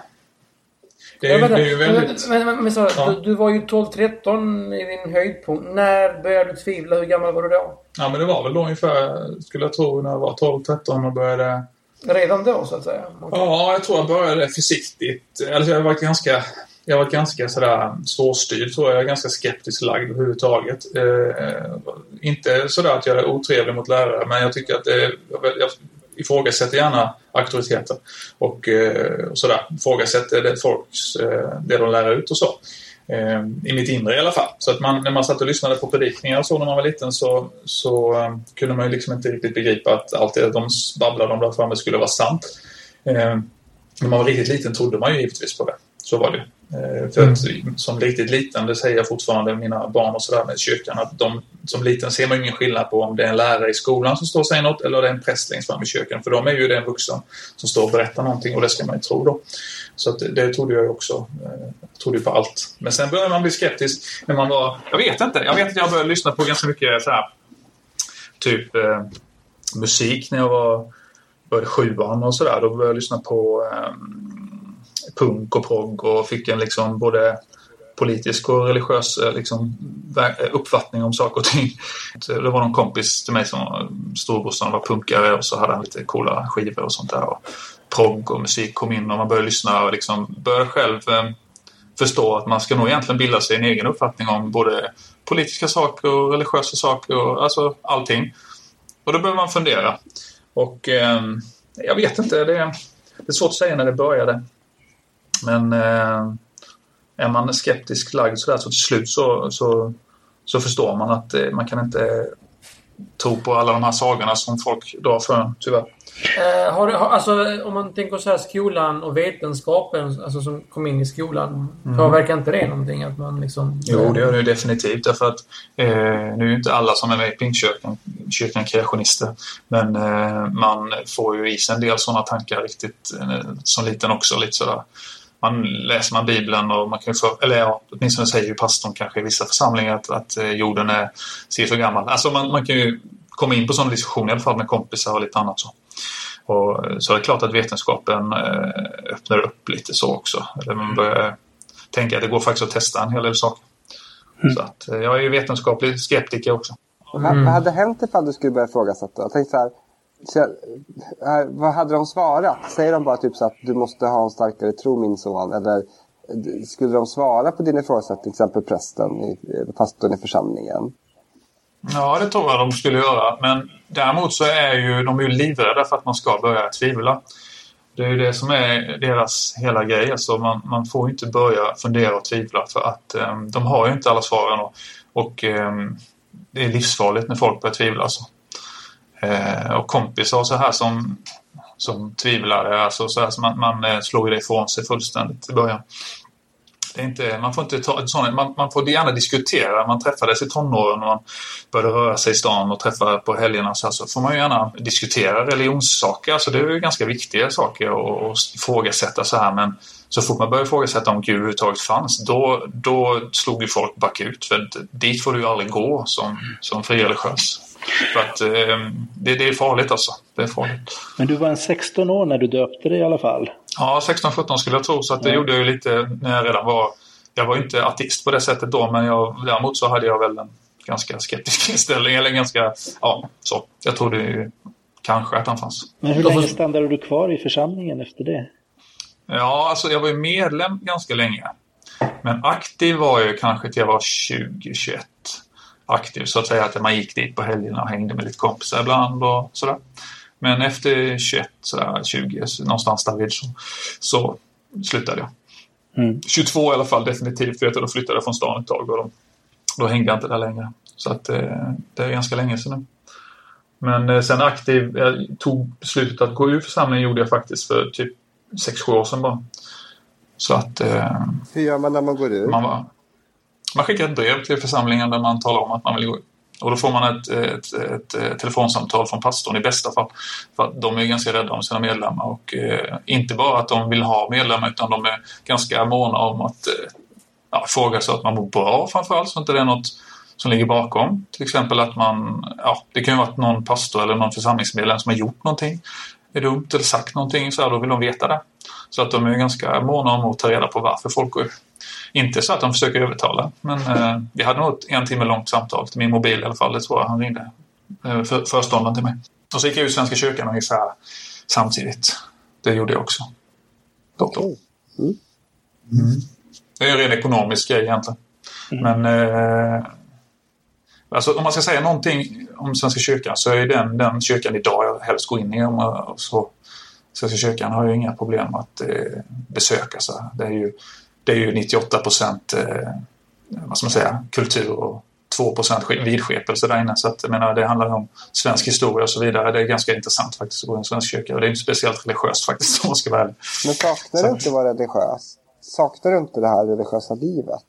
Speaker 1: det är,
Speaker 3: men,
Speaker 1: det är ju väldigt...
Speaker 3: Men, men, men så,
Speaker 1: ja.
Speaker 3: du, du var ju tolv tretton i din höjdpunkt. När började du tvivla? Hur gammal var du då?
Speaker 1: Ja, men det var väl då ungefär, skulle jag tro, när jag var tolv tretton och började...
Speaker 3: Redan då, så att säga? Okay.
Speaker 1: Ja, jag tror jag började försiktigt. Alltså, jag var ganska... Jag var ganska sådär svårstyrd, tror jag. Jag är ganska skeptisk lagd överhuvudtaget. Eh, inte sådär att jag är otrevlig mot lärare, men jag tycker att det, jag ifrågasätter gärna auktoriteter. Och, eh, och sådär. Ifrågasätter det folks, eh, det de lär ut och så. Eh, I mitt inre i alla fall. Så att man, när man satt och lyssnade på predikningar och så när man var liten så, så eh, kunde man ju liksom inte riktigt begripa att allt det de babblade om där framme skulle vara sant. Eh, när man var riktigt liten trodde man ju givetvis på det. Så var det. För att som riktigt liten, det säger jag fortfarande mina barn och sådär med kyrkan, att de som liten ser man ingen skillnad på om det är en lärare i skolan som står och säger något eller det är en präst längst fram i kyrkan, för de är ju den vuxen som står och berättar någonting och det ska man ju tro då. Så att det, det trodde jag ju också, jag trodde ju på allt. Men sen började man bli skeptisk när man var, jag vet inte, jag vet att jag började lyssna på ganska mycket så här, typ eh, musik när jag var började sjuan och sådär, då började jag lyssna på eh, punk och progg och fick en liksom både politisk och religiös liksom, uppfattning om saker och ting. Det var någon kompis till mig som storbrorsan var punkare och så hade han lite coola skivor och sånt där. Och progg och musik kom in och man började lyssna och liksom började själv eh, förstå att man ska nog egentligen bilda sig en egen uppfattning om både politiska saker och religiösa saker och alltså allting. Och då började man fundera. Och eh, jag vet inte, det är, det är svårt att säga när det började. Men eh, är man skeptisk lagd så, där, så till slut så, så, så förstår man att eh, man kan inte tro på alla de här sagorna som folk drar för, tyvärr.
Speaker 3: Eh, har, har, alltså, om man tänker så här, skolan och vetenskapen alltså, som kom in i skolan, mm. påverkar inte det någonting? Att man liksom,
Speaker 1: jo, det gör det definitivt. Därför att eh, nu är ju inte alla som är med i Pingstkyrkan kyrkan kreationister. Men eh, man får ju i sig en del sådana tankar riktigt eh, som liten också. Lite sådär. Man läser man Bibeln och man kan ju få, eller ja, åtminstone säger ju pastorn kanske i vissa församlingar att, att jorden är ser så gammal. Alltså man, man kan ju komma in på sådana diskussioner i alla fall med kompisar och lite annat så. Och så är det klart att vetenskapen eh, öppnar upp lite så också. Eller man börjar tänka att det går faktiskt att testa en hel del saker. Mm. Så att eh, jag är ju vetenskaplig skeptiker också.
Speaker 4: Mm. Vad hade hänt ifall du skulle börja ifrågasätta? Jag tänkte så här, så här, vad hade de svarat? Säger de bara typ så att du måste ha en starkare tro min son? Eller skulle de svara på din ifrågasättning, till exempel prästen, pastorn i församlingen?
Speaker 1: Ja, det tror jag de skulle göra. Men däremot så är ju de ju livrädda för att man ska börja tvivla. Det är ju det som är deras hela grej. Alltså man, man får ju inte börja fundera och tvivla för att um, de har ju inte alla svaren. Och, och um, det är livsfarligt när folk börjar tvivla. Alltså. Uh, och kompisar så här som, som tvivlar, alltså så här som man, man slår ju det ifrån sig fullständigt i början. Det är inte, man får inte ta sån, man, man får gärna diskutera. Man träffades i tonåren och man började röra sig i stan och träffa på helgerna så, här, så får man ju gärna diskutera religionssaker. Alltså det är ju ganska viktiga saker att ifrågasätta så här, men så fort man börjar ifrågasätta om Gud överhuvudtaget fanns, då, då slog ju folk back ut. För dit får du ju aldrig gå som, som frireligiös. För att eh, det, det är farligt alltså. Det är farligt.
Speaker 2: Men du var en sexton år när du döpte dig i alla fall.
Speaker 1: Ja, sexton sjutton skulle jag tro. Så att det ja. gjorde jag ju lite när jag redan var... Jag var ju inte ateist på det sättet då. Men jag, däremot så hade jag väl en ganska skeptisk inställning. Eller ganska... Ja, så. Jag trodde ju kanske att han fanns.
Speaker 2: Men hur länge stannade du kvar i församlingen efter det?
Speaker 1: Ja, alltså jag var ju medlem ganska länge. Men aktiv var jag kanske till jag var tjugo tjugoett. Aktiv så att säga, att man gick dit på helgerna och hängde med lite kompisar ibland och sådär. Men efter tjugoett, sådär, tjugo, någonstans där vid så, så slutade jag. Mm. tjugotvå i alla fall definitivt, för att då flyttade jag från stan ett tag och då, då hängde jag inte där längre. Så att eh, det är ganska länge sedan nu. Men eh, sen aktiv, jag tog beslutet att gå ur församlingen gjorde jag faktiskt för typ sex sju år sedan bara. Så att... Eh,
Speaker 4: Hur gör man när man går ur?
Speaker 1: Man, var, man skickar ett brev till församlingen där man talar om att man vill gå ur. Och då får man ett, ett, ett, ett telefonsamtal från pastorn i bästa fall. För att de är ganska rädda om sina medlemmar. Och eh, inte bara att de vill ha medlemmar utan de är ganska måna om att eh, ja, fråga så att man mår bra framförallt. Så inte det är något som ligger bakom. Till exempel att man, ja, det kan ju vara att någon pastor eller någon församlingsmedlem som har gjort någonting. Är dumt eller sagt någonting så här, då vill de veta det. Så att de är ganska måna om att ta reda på varför folk går ur. Inte så att de försöker övertala. Men eh, vi hade nog ett en timme långt samtal till min mobil i alla fall. Det tror jag han ringde. Eh, för, förståndaren till mig. Och så gick jag ut Svenska kyrkan ungefär samtidigt. Det gjorde jag också. Då, då. Mm. Mm. Det är en ren ekonomisk grej egentligen. Mm. Men eh, alltså, om man ska säga någonting om Svenska kyrkan så är den, den kyrkan idag jag helst går in i. Och så, Svenska kyrkan har ju inga problem att eh, besöka. Så det är ju Det är ju nittioåtta procent eh, vad ska man säga, kultur och två procent vidskepelse där inne. Så att, jag menar, det handlar om svensk historia och så vidare. Det är ganska intressant faktiskt att gå i en svensk kyrka. Och det är inte speciellt religiöst faktiskt om man ska vara ärlig.
Speaker 4: Men saknar du inte att vara religiös? Saknar du inte det här religiösa livet?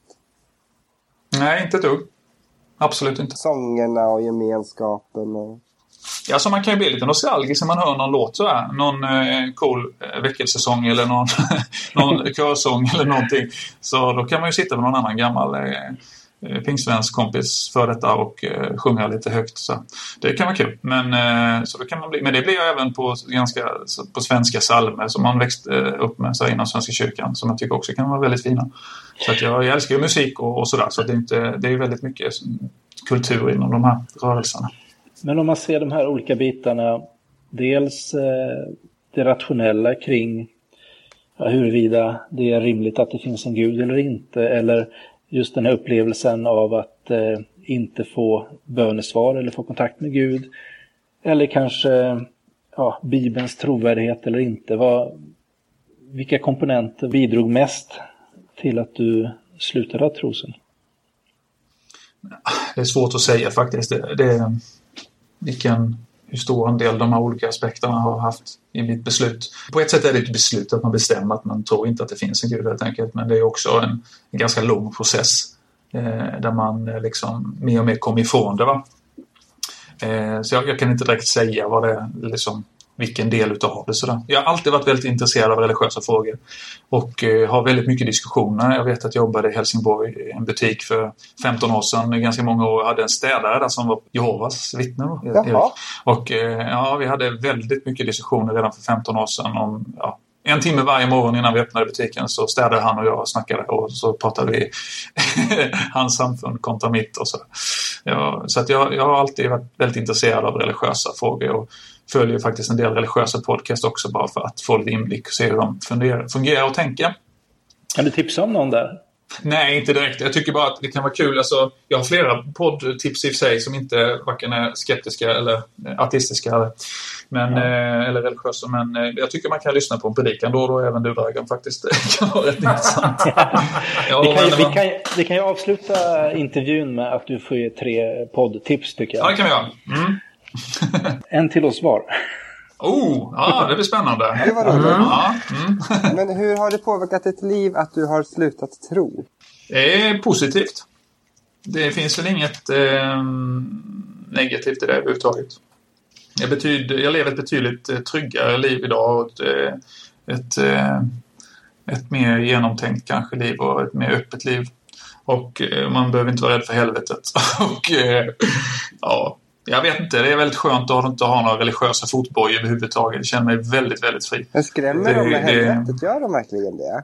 Speaker 1: Nej, inte ett dugg. Absolut inte.
Speaker 4: Sångerna och gemenskapen och...
Speaker 1: Ja, så man kan ju bli lite nostalgisk när man hör någon låt så här. Någon eh, cool eh, väckelsesång eller någon, någon körsång eller någonting. Så då kan man ju sitta med någon annan gammal eh, pingsvensk kompis för detta och eh, sjunga lite högt. Så det kan vara kul. Men, eh, så då kan man bli, men det blir jag även på, ganska, på svenska psalmer som man växte eh, upp med så här, inom Svenska kyrkan. Som jag tycker också kan vara väldigt fina. Så att jag, jag älskar ju musik och, och sådär. Så det är, inte, det är väldigt mycket kultur inom de här rörelserna.
Speaker 2: Men om man ser de här olika bitarna, dels eh, det rationella kring ja, huruvida det är rimligt att det finns en gud eller inte, eller just den här upplevelsen av att eh, inte få bönesvar eller få kontakt med Gud, eller kanske ja, Bibelns trovärdighet eller inte. Vad, vilka komponenter bidrog mest till att du slutade att tro sen?
Speaker 1: Det är svårt att säga faktiskt. Det, det är... Vilken, hur stor en del de här olika aspekterna har haft i mitt beslut. På ett sätt är det ett beslut att man bestämmer att man tror inte att det finns en gud helt enkelt. Men det är också en, en ganska lång process eh, där man eh, liksom mer och mer kommer ifrån det. Va? Eh, så jag, jag kan inte direkt säga vad det är, liksom, vilken del utav det. Sådär. Jag har alltid varit väldigt intresserad av religiösa frågor och eh, har väldigt mycket diskussioner. Jag vet att jag jobbade i Helsingborg i en butik för femton år sedan. Ganska många år hade en städare där som var Jehovas vittne. Och eh, ja, vi hade väldigt mycket diskussioner redan för femton år sedan om... Ja, en timme varje morgon innan vi öppnade butiken så städade han och jag och snackade och så pratade vi hans samfund kontra mitt och så. Ja, så att jag, jag har alltid varit väldigt intresserad av religiösa frågor och följer faktiskt en del religiösa podcast också bara för att få lite inblick och se hur de fungerar, fungerar och tänker.
Speaker 2: Kan du tipsa om någon där?
Speaker 1: Nej, inte direkt. Jag tycker bara att det kan vara kul. Alltså, jag har flera poddtips i sig som inte varken är skeptiska eller artistiska men, ja. eh, eller religiösa. Men eh, jag tycker man kan lyssna på en predikan då och då, även du Dragan faktiskt. Det kan vara rätt intressant. Ja,
Speaker 2: vi, kan,
Speaker 1: men,
Speaker 2: vi, kan, vi kan ju avsluta intervjun med att du får ge tre poddtips tycker jag.
Speaker 1: Ja, det kan vi göra. Mm.
Speaker 2: En till oss var.
Speaker 1: Oh, ja, det blir spännande.
Speaker 4: Det var roligt.
Speaker 1: Mm. Ja, mm.
Speaker 4: Men hur har det påverkat ditt liv att du har slutat tro?
Speaker 1: Det är positivt. Det finns väl inget eh, negativt i det överhuvudtaget. Jag, betyder, jag lever ett betydligt tryggare liv idag och ett, ett, ett mer genomtänkt kanske liv och ett mer öppet liv. Och man behöver inte vara rädd för helvetet. Och ja... Jag vet inte, det är väldigt skönt att inte ha några religiösa fotboj överhuvudtaget. Jag känner mig väldigt, väldigt fri.
Speaker 4: Men skrämmer de med helvetet? Gör de verkligen det?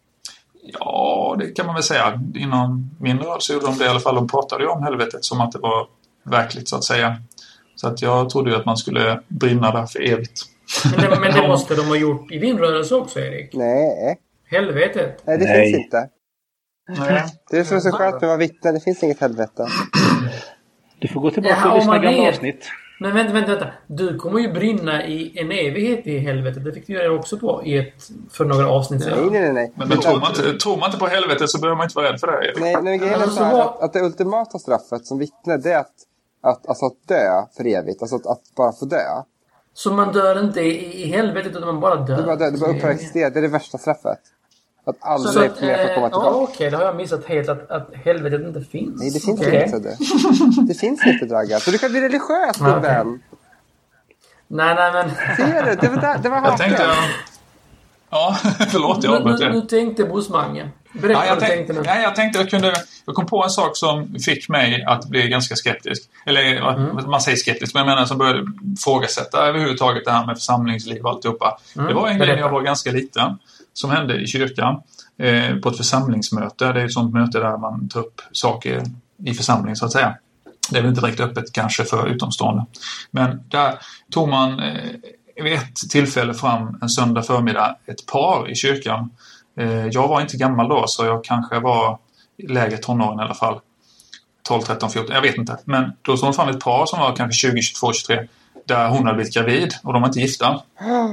Speaker 1: Ja, det kan man väl säga. Inom min rörelse gjorde de det i alla fall. De pratade ju om helvetet som att det var verkligt så att säga. Så att jag trodde ju att man skulle brinna där för evigt.
Speaker 3: Men det, men det måste de ha gjort i din rörelse också, Erik?
Speaker 4: Nej.
Speaker 3: Helvetet?
Speaker 4: Nej, det
Speaker 2: Nej.
Speaker 4: finns inte.
Speaker 1: Nej.
Speaker 4: Det är som är så skönt med att vara vittne. Det finns inget helvete.
Speaker 2: Du får gå tillbaka
Speaker 3: Ja,
Speaker 2: och lyssna
Speaker 3: man
Speaker 2: gamla
Speaker 3: är...
Speaker 2: avsnitt.
Speaker 3: Men vänta, vänta, vänta. Du kommer ju brinna i en evighet i helvetet. Det fick du göra också på i ett, för några avsnitt sedan.
Speaker 4: Nej, nej, nej. nej.
Speaker 1: Men, men tror, man inte, tror man inte på helvetet så behöver man inte vara rädd för det.
Speaker 4: Nej, nej, grejen är så här att, att det ultimata straffet som vittne, det är att, att, alltså att dö för evigt. Alltså att, att bara få dö.
Speaker 3: Så man dör inte i, i helvetet utan man bara dör?
Speaker 4: Du bara dör, du bara upphör att existera. Det är det värsta straffet. Att aldrig
Speaker 3: att,
Speaker 4: mer får komma tillbaka.
Speaker 3: Ja, okej, okay, det har jag missat helt att, att helvetet inte finns.
Speaker 4: Nej, det finns
Speaker 3: okay.
Speaker 4: inte det. Det finns inte, Draga. Så du kan bli religiös, min
Speaker 3: okay.
Speaker 4: vän.
Speaker 3: Nej, nej, men...
Speaker 4: Ser du? Det var, där, det var
Speaker 1: jag tänkte jag... Ja, förlåt, jag
Speaker 3: nu, nu, nu tänkte Bosmange. Berätta
Speaker 1: ja, jag
Speaker 3: vad du
Speaker 1: tänk,
Speaker 3: tänkte nu.
Speaker 1: Nej, jag tänkte jag kunde... Jag kom på en sak som fick mig att bli ganska skeptisk. Eller mm. man säger skeptisk, men jag menar som började ifrågasätta överhuvudtaget det här med församlingsliv och alltihopa. Mm. Det var en grej när jag var ganska liten som hände i kyrkan. Eh, på ett församlingsmöte. Det är ett sånt möte där man tar upp saker i församling så att säga. Det är väl inte direkt öppet kanske för utomstående. Men där tog man eh, vid ett tillfälle fram en söndag förmiddag ett par i kyrkan. Eh, jag var inte gammal då så jag kanske var lägre tonåren i alla fall. tolv, tretton, fjorton, jag vet inte. Men då stod fram ett par som var kanske tjugo, tjugotvå, tjugotre där hon hade blivit gravid och de var inte gifta.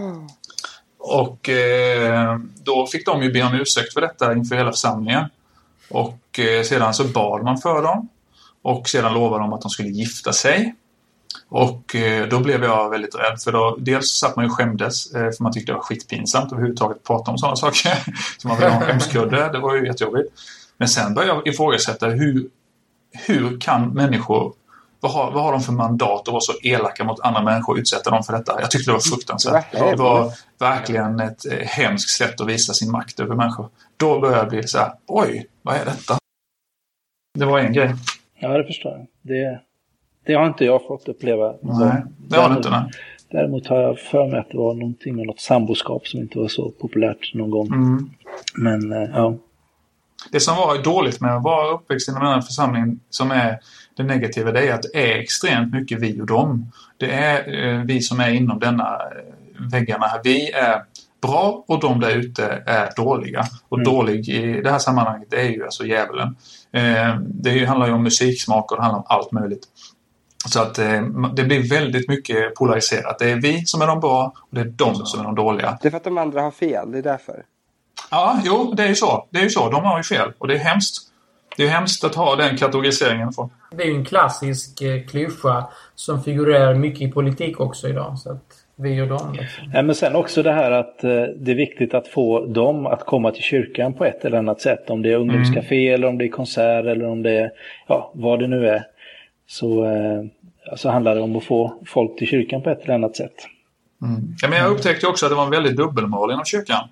Speaker 1: Och eh, då fick de ju be om ursäkt för detta inför hela församlingen. Och eh, sedan så bad man för dem. Och sedan lovade de att de skulle gifta sig. Och eh, då blev jag väldigt rädd. För då, dels satt man ju skämdes. Eh, för man tyckte det var skitpinsamt överhuvudtaget att prata om sådana saker. Så man ville ha en skämskudde. Det var ju jättejobbigt. Men sen började jag ifrågasätta hur, hur kan människor... Vad har, vad har de för mandat att vara så elaka mot andra människor och utsätta dem för detta? Jag tyckte det var fruktansvärt. Det var verkligen ett eh, hemskt sätt att visa sin makt över människor. Då började jag bli så här, oj, vad är detta? Det var en grej.
Speaker 2: Ja, det förstår jag. Det, det har inte jag fått uppleva.
Speaker 1: Nej, det har du inte, nej.
Speaker 2: Däremot har jag för mig att det var någonting med något samboskap som inte var så populärt någon gång. Mm. Men, eh, ja.
Speaker 1: Det som var dåligt med att vara uppväxt inom en församling som är det negativa, det är att det är extremt mycket vi och dem. Det är eh, vi som är inom denna eh, väggarna här. Vi är bra och de där ute är dåliga. Och mm. dålig i det här sammanhanget det är ju alltså djävulen. Eh, det handlar ju om musiksmak och det handlar om allt möjligt. Så att eh, det blir väldigt mycket polariserat. Det är vi som är de bra och det är de som är de dåliga.
Speaker 4: Det är för att de andra har fel, det är därför.
Speaker 1: Ja, jo, det är ju så. Det är ju så. De har ju fel. Och det är hemskt. Det är hemskt att ha den kategoriseringen. För.
Speaker 3: Det är ju en klassisk eh, klyscha som figurerar mycket i politik också idag. Så att vi och dem. Liksom.
Speaker 2: Ja, men sen också det här att eh, det är viktigt att få dem att komma till kyrkan på ett eller annat sätt. Om det är ungdomscafé mm. eller om det är konsert eller om det är ja, vad det nu är. Så, eh, så handlar det om att få folk till kyrkan på ett eller annat sätt.
Speaker 1: Mm. Ja, men jag upptäckte också att det var en väldigt dubbelmoral inom kyrkan.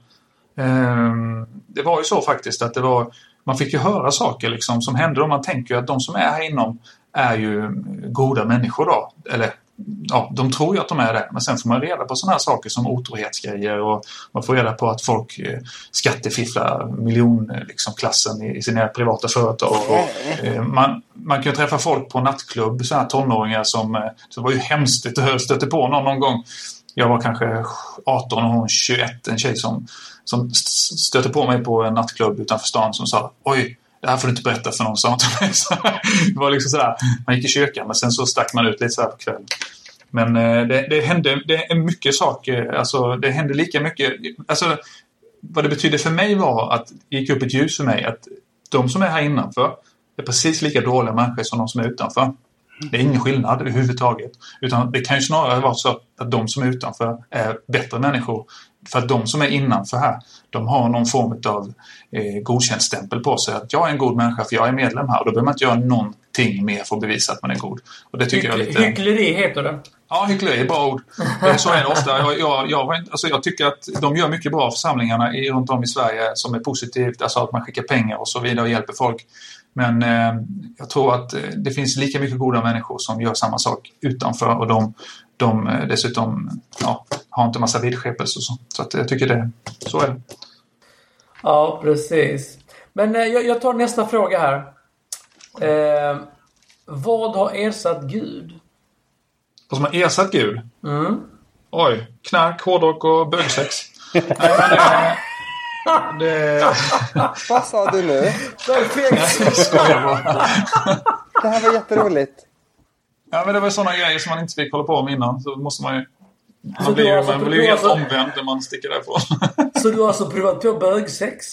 Speaker 1: Det var ju så faktiskt att det var, man fick ju höra saker liksom som hände och man tänker ju att de som är här inom är ju goda människor då, eller ja, de tror ju att de är det, men sen får man reda på sådana här saker som otrohetsgrejer och man får reda på att folk eh, skattefifflar miljon liksom, klassen i, i sina privata företag och, eh, man, man kan ju träffa folk på nattklubb, sådana här tonåringar som, eh, så var ju hemskt att stötte på någon, någon gång. Jag var kanske arton och hon tjugoett, en tjej som, som stötte på mig på en nattklubb utanför stan som sa, oj, det här får du inte berätta för någon. Så det var liksom sådär, man gick i kyrkan men sen så stack man ut lite så här på kvällen. Men eh, det, det hände det är mycket saker, alltså det hände lika mycket, alltså vad det betydde för mig var att det gick upp ett ljus för mig att de som är här innanför är precis lika dåliga människor som de som är utanför. Det är ingen skillnad överhuvudtaget. Utan det kan ju snarare vara så att de som är utanför är bättre människor. För att de som är innanför här, de har någon form av eh, godkännstämpel på sig. Att jag är en god människa för jag är medlem här. Och då behöver man inte göra någonting mer för att bevisa att man är god. Och det tycker Hyck- jag är lite...
Speaker 3: Hyckleri heter det.
Speaker 1: Ja, hyckleri är bra ord. Så är det ofta. Jag, jag, jag, alltså jag tycker att de gör mycket bra församlingarna i, runt om i Sverige som är positivt. Alltså att man skickar pengar och så vidare och hjälper folk. Men eh, jag tror att eh, det finns lika mycket goda människor som gör samma sak utanför och de, de eh, dessutom ja, har inte massa vidskepelse och så. Så att jag tycker det, så är det.
Speaker 3: Ja, precis. Men eh, jag, jag tar nästa fråga här. Eh, vad har ersatt Gud?
Speaker 1: Vad som har ersatt Gud?
Speaker 3: Mm.
Speaker 1: Oj, knark, hårdrock och bögsex. Nej, men det... Det...
Speaker 4: Vad sa du nu?
Speaker 3: Perfekt.
Speaker 4: Det här var jätteroligt.
Speaker 1: Ja, men det var sådana grejer som man inte fick hålla på med innan. Så måste man ju... Man
Speaker 3: Så
Speaker 1: blir
Speaker 3: du
Speaker 1: ju,
Speaker 3: alltså,
Speaker 1: man blir ju helt
Speaker 3: alltså,
Speaker 1: omvänd när man sticker därifrån.
Speaker 3: Så du har alltså provat på bögsex?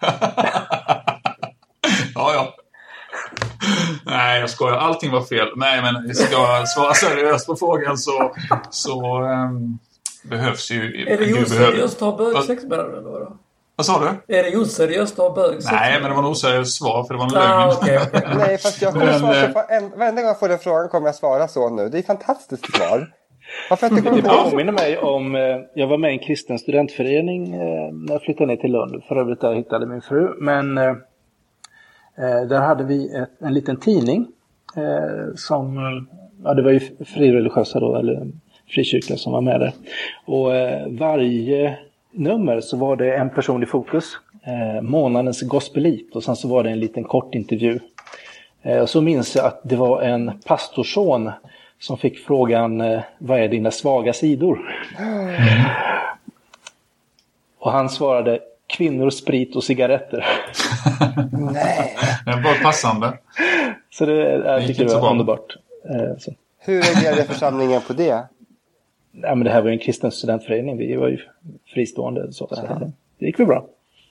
Speaker 1: Ja, ja. Nej, jag skojar. Allting var fel. Nej, men ska jag svara seriöst på frågan så, så um, behövs ju...
Speaker 3: Är det
Speaker 1: ju
Speaker 3: oseriöst att ha bögsex med det då?
Speaker 1: Vad sa du?
Speaker 3: Är det oseriöst att ha bögsex?
Speaker 1: Nej, men det var en oseriöst svar för det var en lögn.
Speaker 3: Ah, okay, okay.
Speaker 4: Nej, fast jag kommer
Speaker 1: Men,
Speaker 4: svara
Speaker 1: eh,
Speaker 4: så en, varenda gång jag får den frågan kommer jag svara så nu. Det är ett fantastiskt svar. Varför jag inte kommer
Speaker 2: Det
Speaker 4: på?
Speaker 2: påminner mig om, eh, jag var med i en kristen studentförening eh, när jag flyttade ner till Lund. För övrigt där hittade min fru. Men eh, eh, där hade vi ett, en liten tidning eh, som, ja det var ju frireligiösa då, eller frikyrkliga som var med där. Och eh, varje nummer så var det en person i fokus. Eh, månadens gospelit och sen så var det en liten kort intervju. Eh, och så minns jag att det var en pastorson som fick frågan, eh, vad är dina svaga sidor? Mm. Och han svarade, kvinnor, sprit och cigaretter.
Speaker 4: Nej.
Speaker 1: Det var passande.
Speaker 2: Så det, jag tycker det var underbart. Eh, så.
Speaker 4: Hur reagerade församlingen på det?
Speaker 2: Ja, men det här var ju en kristen studentförening. Vi var ju fristående. Så, så det gick väl bra.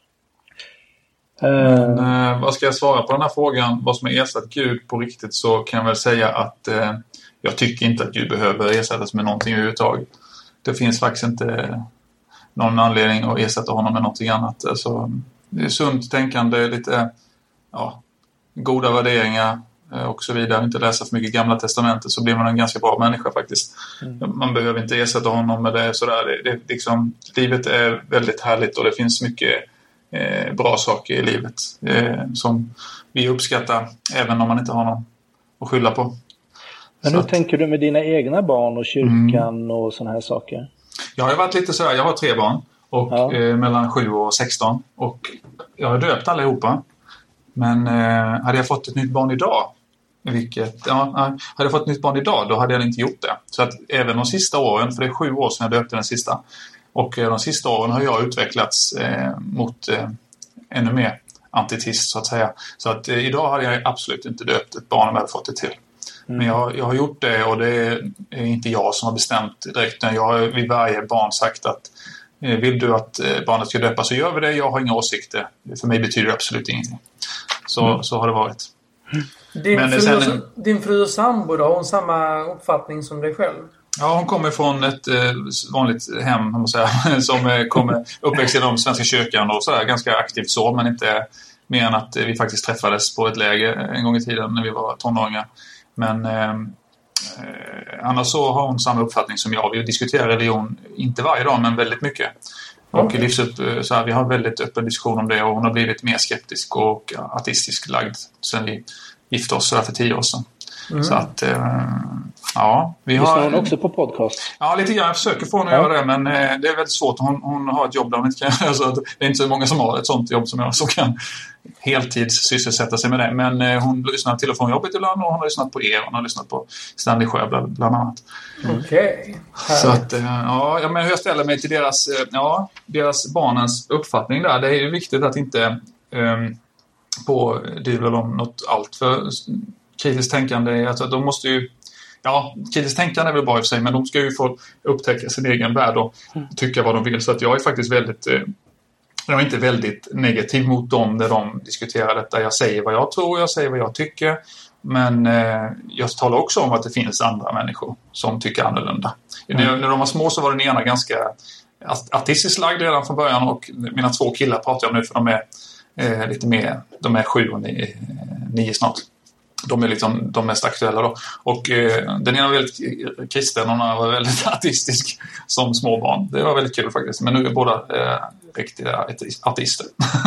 Speaker 1: Men, eh, vad ska jag svara på den här frågan? Vad som är ersatt Gud på riktigt, så kan jag väl säga att eh, jag tycker inte att Gud behöver ersättas med någonting överhuvudtaget. Det finns faktiskt inte någon anledning att ersätta honom med någonting annat. Alltså, det är sunt tänkande, lite ja, goda värderingar och så vidare. Inte läsa för mycket Gamla testamentet så blir man en ganska bra människa faktiskt. Mm. Man behöver inte ersätta honom med det sådär. Det, det, liksom, livet är väldigt härligt och det finns mycket eh, bra saker i livet eh, som vi uppskattar även om man inte har någon att skylla på.
Speaker 2: Men hur tänker du med dina egna barn och kyrkan mm. och såna här saker? Jag
Speaker 1: har varit lite sådär, jag har tre barn och ja. eh, mellan sju och sexton och jag har döpt allihopa. Men eh, hade jag fått ett nytt barn idag, vilket, ja, hade jag fått ett nytt barn idag då hade jag inte gjort det. Så att även de sista åren, för det är sju år sedan jag döpte den sista, och eh, de sista åren har jag utvecklats eh, mot eh, ännu mer antitist så att säga. Så att eh, idag hade jag absolut inte döpt ett barn om jag hade fått det till. Mm. Men jag, jag har gjort det och det är, är inte jag som har bestämt direkt. Jag har vid varje barn sagt att eh, vill du att eh, barnet ska döpas så gör vi det. Jag har inga åsikter. För mig betyder det absolut ingenting. Så, mm. så har det varit.
Speaker 3: Din, Men fru, sen, din fru och sambo då, har hon samma uppfattning som dig själv?
Speaker 1: Ja, hon kommer från ett eh, vanligt hem, man säga, som eh, kommer uppväxt i de Svenska kyrkan och så här, ganska aktivt så, men inte mer än att eh, vi faktiskt träffades på ett läger en gång i tiden när vi var tonåringar. Men eh, annars så har hon samma uppfattning som jag. Vi diskuterar religion, inte varje dag, men väldigt mycket. Och okay. livsupp, så här, vi har väldigt öppen diskussion om det och hon har blivit mer skeptisk och ateistisk lagd sen vi gifte oss för tio år sedan. Mm. Så att, eh, ja. Vi har...
Speaker 2: Lyssnar hon också på podcast?
Speaker 1: Ja, lite grann. Jag försöker få henne att ja. göra det, men eh, det är väldigt svårt. Hon, hon har ett jobb där hon inte kan göra, så att det är inte så många som har ett sånt jobb som jag som kan heltids sysselsätta sig med det. Men eh, hon lyssnar till och från jobbet ibland och hon har lyssnat på er. Hon har lyssnat på Stanley Sjö bland, bland annat.
Speaker 3: Mm. Okej.
Speaker 1: Okay. Så att, eh, ja, men hur jag ställer mig till deras, eh, ja, deras barnens uppfattning där. Det är ju viktigt att inte eh, på driva dem något allt för kritiskt tänkande. Alltså, de måste ju, ja, kritiskt tänkande är väl bra i sig, men de ska ju få upptäcka sin egen värld och tycka vad de vill. Så att jag är faktiskt väldigt, eh, jag är inte väldigt negativ mot dem när de diskuterar detta. Jag säger vad jag tror, jag säger vad jag tycker. Men eh, jag talar också om att det finns andra människor som tycker annorlunda. Mm. När, när de var små så var den ena ganska artistiskt lagd redan från början och mina två killar pratar jag om nu för de är eh, lite mer, de är sju och nio, nio snart. De är liksom de mest aktuella då. Och eh, den ena var väldigt kristen och den andra var väldigt artistisk som småbarn. Det var väldigt kul faktiskt. Men nu är båda eh, riktiga ateister.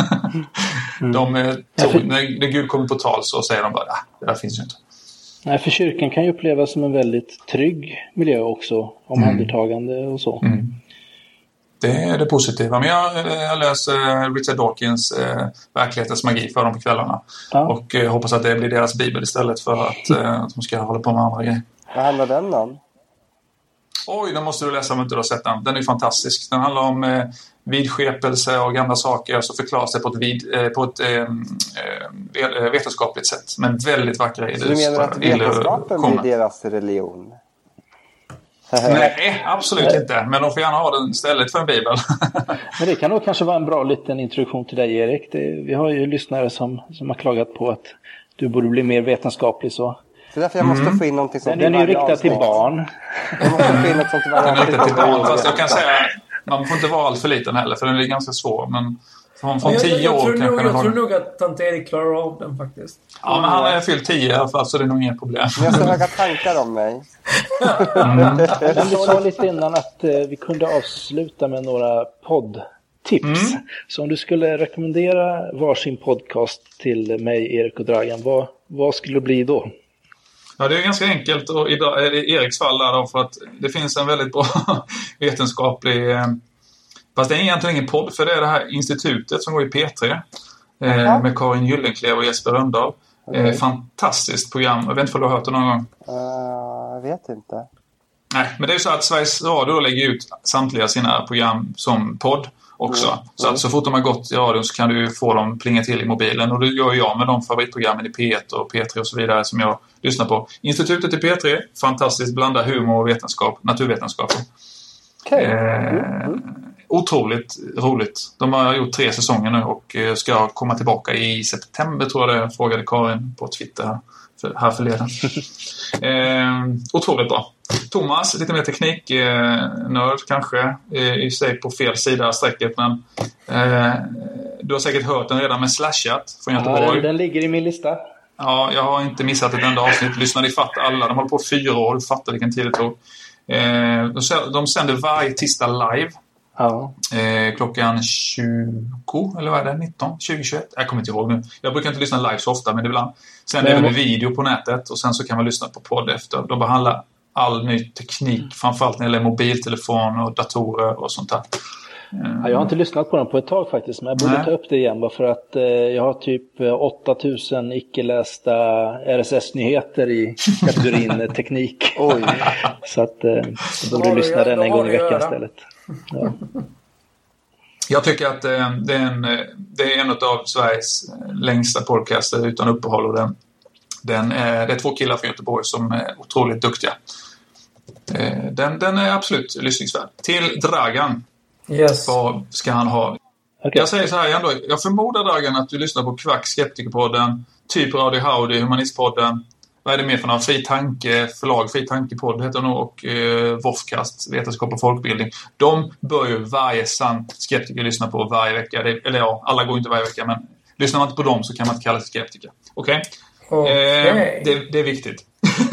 Speaker 1: Mm. De eh, tror, när, när Gud kommer på tal så säger de bara, ah, det där finns ju inte.
Speaker 2: Nej, för kyrkan kan ju upplevas som en väldigt trygg miljö också. Omhändertagande mm. och så. Mm.
Speaker 1: Det är det positiva. Men jag, jag läser Richard Dawkins eh, Verklighetens magi för dem på kvällarna. Ja. Och eh, hoppas att det blir deras bibel istället för att, eh, att de ska hålla på med andra grejer.
Speaker 4: Vad handlar den om?
Speaker 1: Oj, den måste du läsa om inte du har sett den. Den är fantastisk. Den handlar om eh, vidskepelse och gamla saker, så förklaras det på ett, vid, eh, på ett eh, eh, vetenskapligt sätt. Men väldigt vackra idéer.
Speaker 4: Så du menar att vetenskapen blir deras religion?
Speaker 1: Nej, absolut inte. Men de får gärna ha den istället för en bibel.
Speaker 2: Men det kan nog kanske vara en bra liten introduktion till dig, Erik. Det, vi har ju lyssnare som, som har klagat på att du borde bli mer vetenskaplig så.
Speaker 4: Så därför jag måste mm. få in någonting sånt.
Speaker 2: Den är ju riktad till barn.
Speaker 4: Jag måste få in något sånt till varje
Speaker 1: Den är inte till barn, fast jag kan säga man får inte vara allt för liten heller, för den är ganska svår. Men från, från tio
Speaker 3: jag, jag, jag
Speaker 1: år
Speaker 3: tror
Speaker 1: kanske
Speaker 3: nog, Jag
Speaker 1: har...
Speaker 3: tror nog att tant Erik klarar av den faktiskt.
Speaker 1: Ja, men han är fyllt tio i alla fall, så det är nog inga problem.
Speaker 4: Men jag har så höga tankar om mig.
Speaker 2: Mm. Men vi sa lite innan att eh, vi kunde avsluta med några poddtips. Mm. Så om du skulle rekommendera varsin podcast till mig, Erik och Dragan, vad, vad skulle det bli då?
Speaker 1: Ja, det är ganska enkelt och i, i Eriks fall där då, för att det finns en väldigt bra vetenskaplig... Eh, fast det är egentligen ingen podd, för det är det här institutet som går i P tre eh, med Karin Gyllenklev och Jesper Rönndahl. Okay. Eh, fantastiskt program. Jag vet inte om du har hört det någon gång.
Speaker 4: Uh, jag vet inte.
Speaker 1: Nej, men det är ju så att Sveriges Radio lägger ut samtliga sina program som podd också. Mm. Så att så fort de har gått i radion så kan du få dem plinga till i mobilen. Och det gör jag med de favoritprogrammen i P ett och P tre och så vidare som jag lyssnar på. Institutet i P tre, fantastiskt, blanda humor och vetenskap, naturvetenskap.
Speaker 4: Okay.
Speaker 1: Eh, otroligt roligt. De har gjort tre säsonger nu och ska komma tillbaka i september, tror jag det, frågade Karin på Twitter här, för, här förleden. eh, otroligt bra. Thomas, lite mer tekniknörd eh, kanske, eh, i sig på fel sida av strecket, men eh, du har säkert hört den redan med Slashat från Göteborg.
Speaker 2: Ja, den, den ligger i min lista.
Speaker 1: Ja, jag har inte missat ett enda avsnitt. Lyssnade i fatt alla. De håller på fyra år. Du fattar vilken tid det tog. Eh, de sänder varje tisdag live.
Speaker 2: Ja.
Speaker 1: Eh, klockan tjugo, eller vad är det? nitton? tjugo tjugoett? Jag kommer inte ihåg nu. Jag brukar inte lyssna live så ofta, men ibland. Sen är det med video på nätet och sen så kan man lyssna på podd efter. De behandlar all ny teknik, framförallt när det gäller mobiltelefon och datorer och sånt där.
Speaker 2: Ja, jag har inte lyssnat på den på ett tag faktiskt, men jag borde Nej. ta upp det igen bara för att eh, jag har typ åtta tusen icke-lästa R S S-nyheter i kategorin teknik. Oj. Så att eh, jag borde lyssna den en gång i veckan istället. Ja.
Speaker 1: Jag tycker att eh, det, är en, det är en av Sveriges längsta podcaster utan uppehåll, och den, den är, det är två killar från Göteborg som är otroligt duktiga. Eh, den, den är absolut lyssningsvärd. Till Dragan.
Speaker 3: Yes.
Speaker 1: Vad ska han ha? Okay. Jag säger så här ändå. Jag förmodar, Dragan, att du lyssnar på Kvack, Skeptikerpodden, typ Radio Howdy, Humanistpodden. Vad är det mer för någon? Fri tanke, förlag, Fri tankepodd heter det nog, och eh, Vofkast, Vetenskap och folkbildning. De bör ju varje sann skeptiker lyssna på varje vecka. Det, eller ja, alla går inte varje vecka, men lyssnar man inte på dem så kan man inte kalla sig skeptiker. Okej? Okay?
Speaker 3: Okay.
Speaker 1: Eh, det, det är viktigt.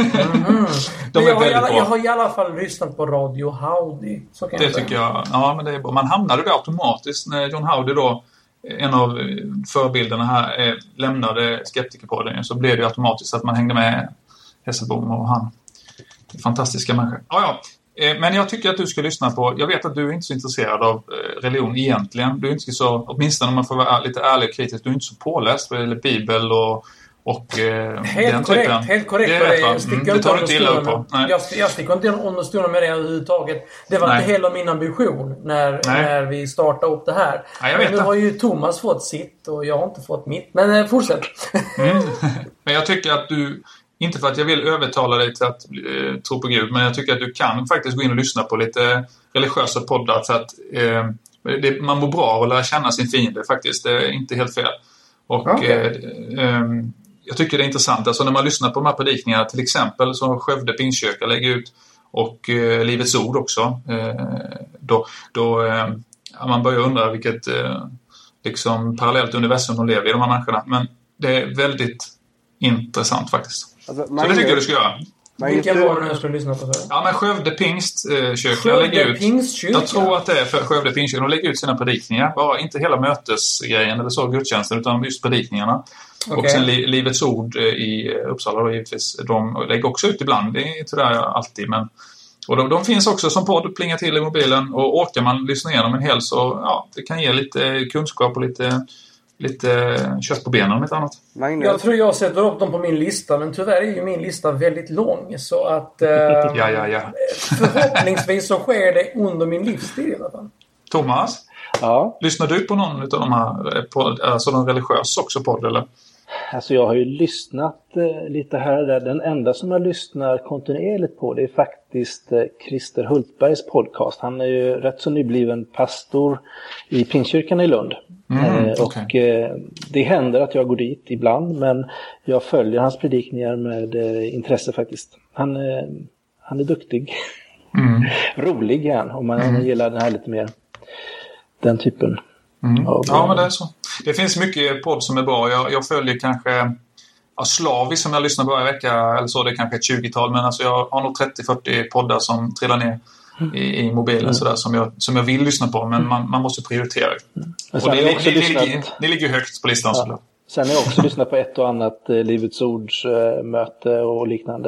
Speaker 3: Mm-hmm.
Speaker 1: De är
Speaker 3: jag, har
Speaker 1: väldigt
Speaker 3: alla,
Speaker 1: bra.
Speaker 3: jag har i alla fall lyssnat på Radio Howdy. Så kan
Speaker 1: det
Speaker 3: jag
Speaker 1: tycker jag. Ja, men det är bra. Man hamnade där automatiskt när John Howdy då, en av förebilderna här, eh, lämnade Skeptikerpodden, så blev det automatiskt att man hängde med Hesselbom och han. Fantastiska människor. Ja, ja. Eh, men jag tycker att du ska lyssna på, jag vet att du är inte så intresserad av eh, religion egentligen. Du är inte så, åtminstone om man får vara lite ärlig och kritisk, du är inte så påläst vad gäller Bibel och Och eh,
Speaker 3: helt
Speaker 1: den
Speaker 3: korrekt,
Speaker 1: typen,
Speaker 3: helt korrekt.
Speaker 1: Det,
Speaker 3: Det,
Speaker 1: mm,
Speaker 3: sticker
Speaker 1: det tar du inte illa upp på.
Speaker 3: Jag, jag sticker inte under stolen med det överhuvudtaget. Det var Nej. inte heller min ambition när, när vi startade upp det här.
Speaker 1: Nej, jag
Speaker 3: men
Speaker 1: vet
Speaker 3: nu
Speaker 1: det.
Speaker 3: har ju Thomas fått sitt och jag har inte fått mitt. Men eh, fortsätt.
Speaker 1: Mm. Men jag tycker att du, inte för att jag vill övertala dig till att eh, tro på Gud, men jag tycker att du kan faktiskt gå in och lyssna på lite religiösa poddar, för att eh, det, man mår bra av att lära känna sin fiende faktiskt. Det är inte helt fel. Och okay. eh, eh, jag tycker det är intressant, alltså när man lyssnar på de här predikningarna, till exempel som Skövde Pingstkyrka lägger ut, och eh, Livets ord också, eh, då, då eh, man börjar undra vilket eh, liksom parallellt universum de lever i, de här människorna. Men det är väldigt intressant faktiskt. Alltså, så det tycker jag du ska göra.
Speaker 3: Vilka var det jag skulle lyssna på? Så?
Speaker 1: Ja, men Skövde Pingstkyrka
Speaker 3: Skövde
Speaker 1: lägger ut.
Speaker 3: Pingstkyrka?
Speaker 1: Jag tror att det är för Skövde Pingstkyrka. De lägger ut sina predikningar. Bara inte hela mötesgrejen eller så, gudstjänsten, utan just predikningarna. Okay. Och sen li- Livets ord i Uppsala då, givetvis. De lägger också ut ibland. Det är inte där alltid, men... Och de, de finns också som podd, plinga till i mobilen. Och orkar man lyssna igenom en hel, så ja, det kan ge lite kunskap och lite, lite kött på benen om ett annat.
Speaker 4: Magnus.
Speaker 3: Jag tror jag sätter upp dem på min lista, men tyvärr är ju min lista väldigt lång. Så att... Eh,
Speaker 1: ja, ja, ja.
Speaker 3: Förhoppningsvis så sker det under min livstid i alla fall.
Speaker 1: Thomas?
Speaker 2: Ja.
Speaker 1: Lyssnar du på någon av de här, på, alltså någon religiös också podd, eller?
Speaker 2: Alltså jag har ju lyssnat eh, lite här och där. Den enda som jag lyssnar kontinuerligt på, det är faktiskt eh, Christer Hultbergs podcast. Han är ju rätt så nybliven pastor i Pingstkyrkan i Lund.
Speaker 1: Mm,
Speaker 2: eh, och
Speaker 1: okay.
Speaker 2: eh, det händer att jag går dit ibland, men jag följer hans predikningar med eh, intresse faktiskt. Han, eh, han är duktig.
Speaker 1: Mm.
Speaker 2: Rolig igen, om man mm. gillar den här lite mer, den typen.
Speaker 1: Mm.
Speaker 2: Av,
Speaker 1: ja, men det är så. Det finns mycket podd som är bra. Jag, jag följer kanske ja, slaviskt som jag lyssnar på varje vecka, eller så det är kanske ett tjugotal, men alltså jag har nog trettio fyrtio poddar som trillar ner i, i mobilen mm. sådär, som, jag, som jag vill lyssna på, men man, man måste prioritera.
Speaker 2: Mm.
Speaker 1: Och det, det, det, lyssnat... ligger, det ligger högt på listan.
Speaker 2: Ja. Sen har jag också lyssnat på ett och annat eh, Livets Ords eh, möte och liknande.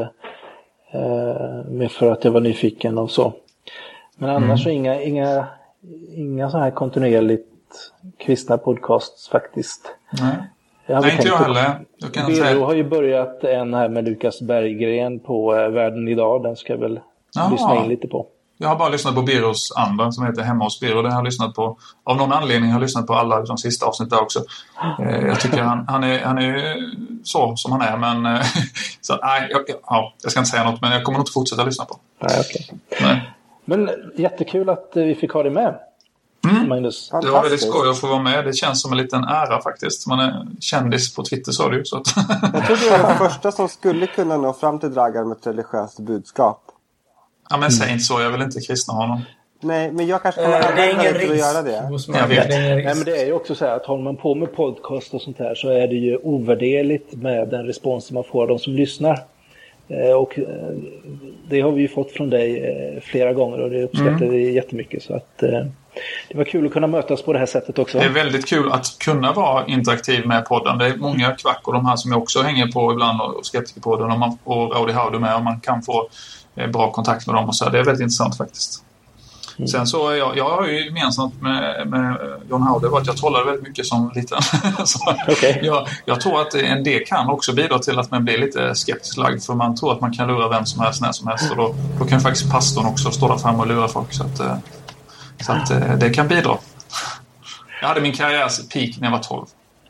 Speaker 2: Eh, med för att jag var nyfiken och så. Men annars mm. så inga, inga, inga så här kontinuerligt kristna podcasts faktiskt.
Speaker 1: Nej, Nej inte jag heller. Jag kan
Speaker 2: Biro
Speaker 1: säga.
Speaker 2: har ju börjat en här med Lukas Berggren på eh, Världen idag. Den ska jag väl Jaha. lyssna in lite på.
Speaker 1: Jag har bara lyssnat på Biros andra som heter Hemma hos Biro. Det har jag lyssnat på. Av någon anledning har jag lyssnat på alla de sista avsnitten också. Eh, jag tycker han, han, är, han är så som han är. Men eh, så, nej, jag, ja, jag ska inte säga något, men jag kommer nog inte fortsätta lyssna på.
Speaker 2: Nej, okay. Nej. Men jättekul att vi fick ha dig med.
Speaker 1: Mm. Magnus. Det var väldigt skoj att få vara med. Det känns som en liten ära faktiskt. Man är kändis på Twitter, så är det ju. Så att
Speaker 4: jag tror du är den första som skulle kunna nå fram till Dragan med ett religiöst budskap.
Speaker 1: Ja, men säg inte så. Jag vill inte kristna honom.
Speaker 4: Nej, men jag kanske kommer äh,
Speaker 3: det är ingen risk
Speaker 4: att göra det.
Speaker 1: Jag vet.
Speaker 2: Det är, Nej, men det är ju också så här att håller man på med podcast och sånt här, så är det ju ovärderligt med den respons som man får av de som lyssnar. Och det har vi ju fått från dig flera gånger och det uppskattar mm. vi jättemycket. Så att det var kul att kunna mötas på det här sättet också.
Speaker 1: Det är väldigt kul att kunna vara interaktiv med podden. Det är många kvack och de här som jag också hänger på ibland och Skeptikerpodden och, man, och Rowdy Howdy med, och man kan få bra kontakt med dem och så. Det är väldigt intressant faktiskt. Mm. Sen så är jag, jag har ju gemensamt med, med John Howdy var att jag talar väldigt mycket som liten. så
Speaker 2: okay.
Speaker 1: jag, jag tror att en del kan också bidra till att man blir lite skeptisk lagd, för man tror att man kan lura vem som helst när som helst, och då, då kan faktiskt pastorn också stå där fram och lura folk, så att, så att det kan bidra. Jag hade min karriärs peak när jag var tolv.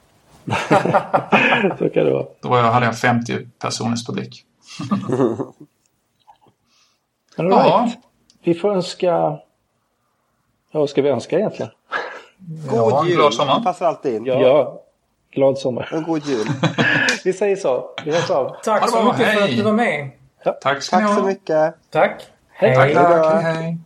Speaker 2: Så kan det vara.
Speaker 1: Då var jag, hade jag femtio personers publik.
Speaker 2: All right. Ja. Vi får önska... Ja, vad ska vi önska egentligen?
Speaker 4: God
Speaker 1: ja,
Speaker 4: jul.
Speaker 1: Glad sommar.
Speaker 4: Passar alltid in.
Speaker 2: Ja, ja. Glad sommar.
Speaker 4: Och god jul.
Speaker 2: Vi säger så. Vi hörs av.
Speaker 3: Tack så mycket
Speaker 1: hej.
Speaker 3: för att du var med.
Speaker 1: Ja. Tack,
Speaker 4: Tack så mycket.
Speaker 3: Tack.
Speaker 2: Hej.
Speaker 1: Tack, tack. Hej, hej.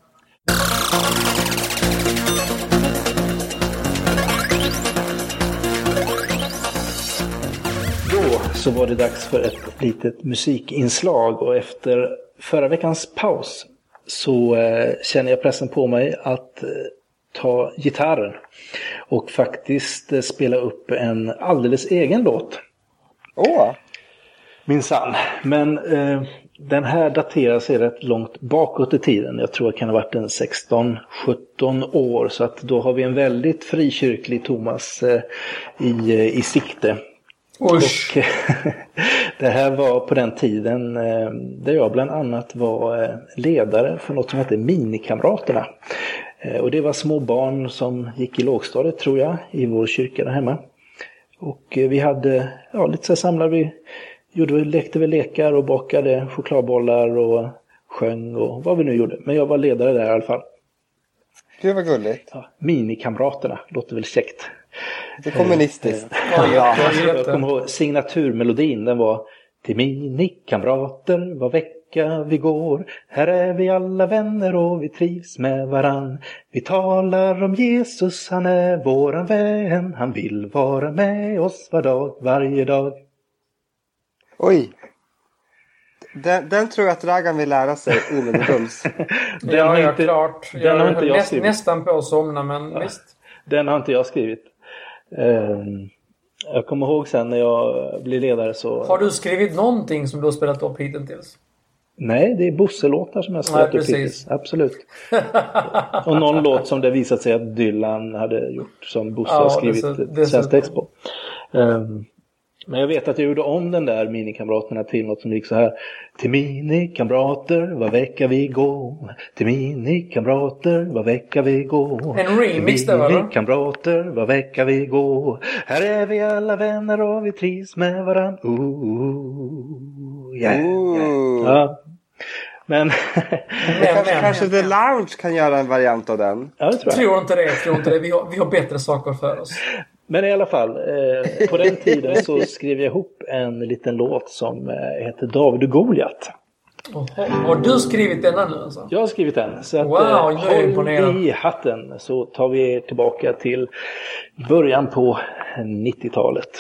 Speaker 2: Då så var det dags för ett litet musikinslag, och efter förra veckans paus så eh, känner jag pressen på mig att eh, ta gitarren och faktiskt eh, spela upp en alldeles egen låt.
Speaker 4: Åh!
Speaker 2: Minsann. Men eh, den här daterar sig rätt långt bakåt i tiden. Jag tror det kan ha varit en sexton sjutton år, så att då har vi en väldigt frikyrklig Thomas eh, i, i sikte.
Speaker 3: Usch.
Speaker 2: Och det här var på den tiden där jag bland annat var ledare för något som hette Minikamraterna. Och det var små barn som gick i lågstadiet, tror jag, i vår kyrka där hemma. Och vi hade, ja, lite så samlade vi, gjorde vi, lekte vi lekar och bakade chokladbollar och sjöng och vad vi nu gjorde. Men jag var ledare där i alla fall.
Speaker 4: Det var gulligt.
Speaker 2: Ja, Minikamraterna, låter väl käckt.
Speaker 4: Det är kommunistiskt.
Speaker 2: Ja, ja, jag kommer ihåg signaturmelodin, den var: till minikamrater var vecka vi går, här är vi alla vänner och vi trivs med varann. Vi talar om Jesus, han är våran vän, han vill vara med oss var dag, varje dag.
Speaker 4: Oj. Den, den tror jag att Dragan vill lära sig omedelbums.
Speaker 3: Den ja, har ja, inte, klart.
Speaker 2: Den
Speaker 3: jag
Speaker 2: har inte jag
Speaker 3: näst,
Speaker 2: skrivit.
Speaker 3: Nästan på att somna, men ja. Visst.
Speaker 2: Den har inte jag skrivit. Um, jag kommer ihåg sen när jag blev ledare så...
Speaker 3: Har du skrivit någonting som du har spelat upp hittills?
Speaker 2: Nej, det är Bosse-låtar som jag spelat upp hittills. Absolut. Och någon låt som det visat sig att Dylan hade gjort som Bosse ja, har skrivit svensk text på. Um, men jag vet att jag gjorde om den där minikamraterna till något som gick så här. Till minikamrater, vad vecka vi går. Till minikamrater, vad vecka vi går.
Speaker 3: En remix där, va?
Speaker 2: Minikamrater, vad vecka vi går. Här är vi alla vänner och vi trivs med varann. Ooh, yeah, yeah. Ja. Men,
Speaker 4: men kanske, kanske The Lounge kan göra en variant av den.
Speaker 2: Ja, det tror jag.
Speaker 3: Tror inte det, tror inte det. Vi har, vi har bättre saker för oss.
Speaker 2: Men i alla fall, eh, på den tiden så skrev jag ihop en liten låt som eh, heter David och Goliat.
Speaker 3: Oho. Har du skrivit den nu alltså?
Speaker 2: Jag har skrivit den. Så att,
Speaker 3: wow,
Speaker 2: eh, håll i hatten så tar vi er tillbaka till början på nittiotalet.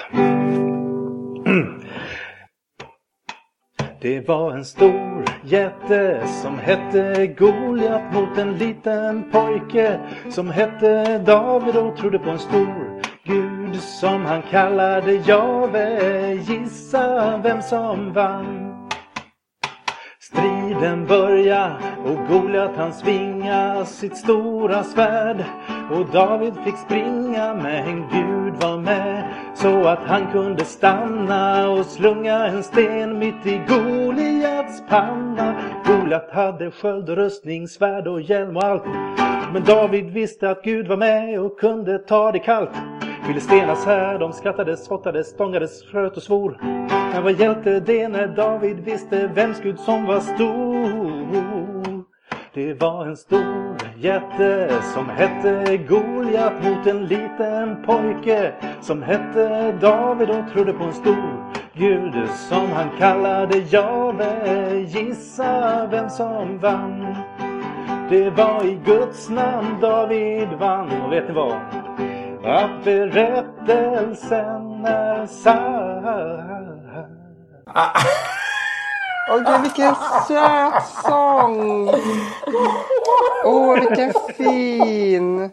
Speaker 2: Det var en stor jätte som hette Goliat mot en liten pojke som hette David och trodde på en stor Gud som han kallade Jave. Gissa vem som vann. Striden började och Goliat han svinga sitt stora svärd. Och David fick springa men Gud var med så att han kunde stanna och slunga en sten mitt i Goliats panna. Goliat hade sköld och rustning, svärd och hjälm och allt. Men David visste att Gud var med och kunde ta det kallt. Filisternas här, de skrattade, spottade, stångades, fröt och svor. Men vad hjälpte det när David visste vems Gud som var stor? Det var en stor jätte som hette Goliat mot en liten pojke som hette David och trodde på en stor Gud som han kallade Jave. Gissa vem som vann. Det var i Guds namn David vann. Och vet ni vad? Att berättelsen är sann.
Speaker 4: Ah. Åh gud, vilken söt sång. Åh, vilken fin.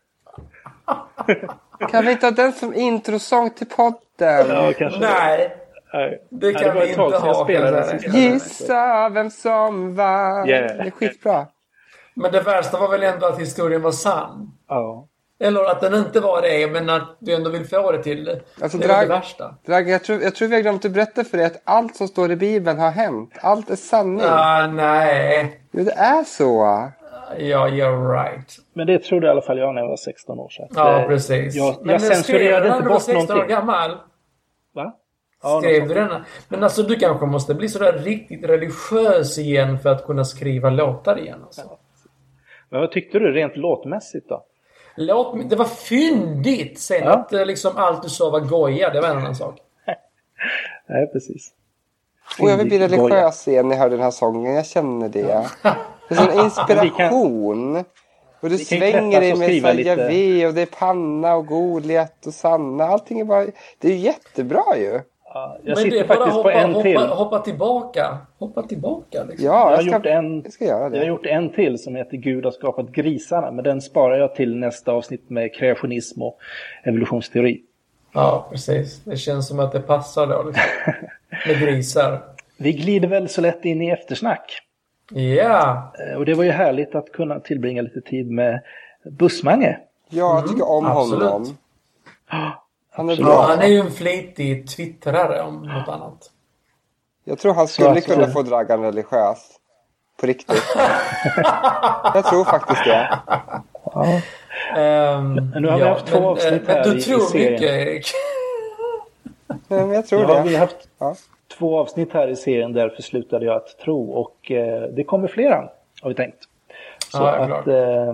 Speaker 4: Kan vi inte ha den som introsång till podden?
Speaker 2: Ja, kanske.
Speaker 3: Nej.
Speaker 2: Nej.
Speaker 3: Det kan Nej, det vi inte ha.
Speaker 4: Gissa vem som var. Yeah. Det är skitbra.
Speaker 3: Men det värsta var väl ändå att historien var sann.
Speaker 2: Ja.
Speaker 3: Eller att den inte var det, men att du ändå vill få det till det.
Speaker 4: Alltså,
Speaker 3: det är
Speaker 4: drag,
Speaker 3: det värsta.
Speaker 4: Drag, jag, tror, jag tror vi har glömt att berätta för dig att allt som står i Bibeln har hänt. Allt är sanning.
Speaker 3: Ah, nej.
Speaker 4: Jo, det är så.
Speaker 3: Ja, you're right.
Speaker 2: Men det trodde i alla fall jag när jag var sexton år sedan.
Speaker 3: Ja, precis.
Speaker 2: Jag, jag censurerade inte bort någonting.
Speaker 3: sexton år gammal.
Speaker 2: Va?
Speaker 3: Ja, skrev du denna? Men alltså du kanske måste bli sådär riktigt religiös igen för att kunna skriva låtar igen. Alltså. Ja.
Speaker 2: Men vad tyckte du rent låtmässigt då?
Speaker 3: Låt, det var fyndigt. Sen ja. Att liksom allt du sa var goja, det var en annan sak.
Speaker 2: Nej, precis.
Speaker 4: Och jag vill bli religiös igen när jag hör den här sången. Jag känner det. Det är en inspiration. Kan, och du svänger dig med Javé och det är Panna och Goliat och Sanna. Allting är bara... Det är ju jättebra ju.
Speaker 2: Ja, jag Men sitter faktiskt
Speaker 3: hoppa,
Speaker 2: på en
Speaker 3: hoppa,
Speaker 2: till.
Speaker 3: Hoppa tillbaka. Hoppa tillbaka. Liksom.
Speaker 4: Ja, jag,
Speaker 2: jag, har
Speaker 4: ska,
Speaker 2: gjort en,
Speaker 4: jag ska göra det.
Speaker 2: Jag har gjort en till som heter Gud har skapat grisarna. Men den sparar jag till nästa avsnitt med kreationism och evolutionsteori.
Speaker 3: Ja, precis. Det känns som att det passar då. Liksom. Med grisar.
Speaker 2: Vi glider väl så lätt in i eftersnack.
Speaker 3: Ja. Yeah.
Speaker 2: Och det var ju härligt att kunna tillbringa lite tid med Bussmange.
Speaker 4: Ja, jag tycker om mm, honom.
Speaker 3: Han är bra. Ja, han är ju en flitig twittrare om något annat.
Speaker 4: Jag tror han skulle så, kunna så. få Dragan religiös. På riktigt. Jag tror faktiskt det.
Speaker 2: Ja. Um, men nu har ja, vi haft två men, avsnitt här
Speaker 3: men du
Speaker 2: i,
Speaker 3: tror
Speaker 2: i serien.
Speaker 3: Mycket, Erik.
Speaker 4: Nej, men jag tror
Speaker 2: ja,
Speaker 4: det.
Speaker 2: Vi har haft
Speaker 4: ja.
Speaker 2: två avsnitt här i serien, därför slutade jag att tro. Och eh, det kommer flera, har vi tänkt. Så ja, att eh,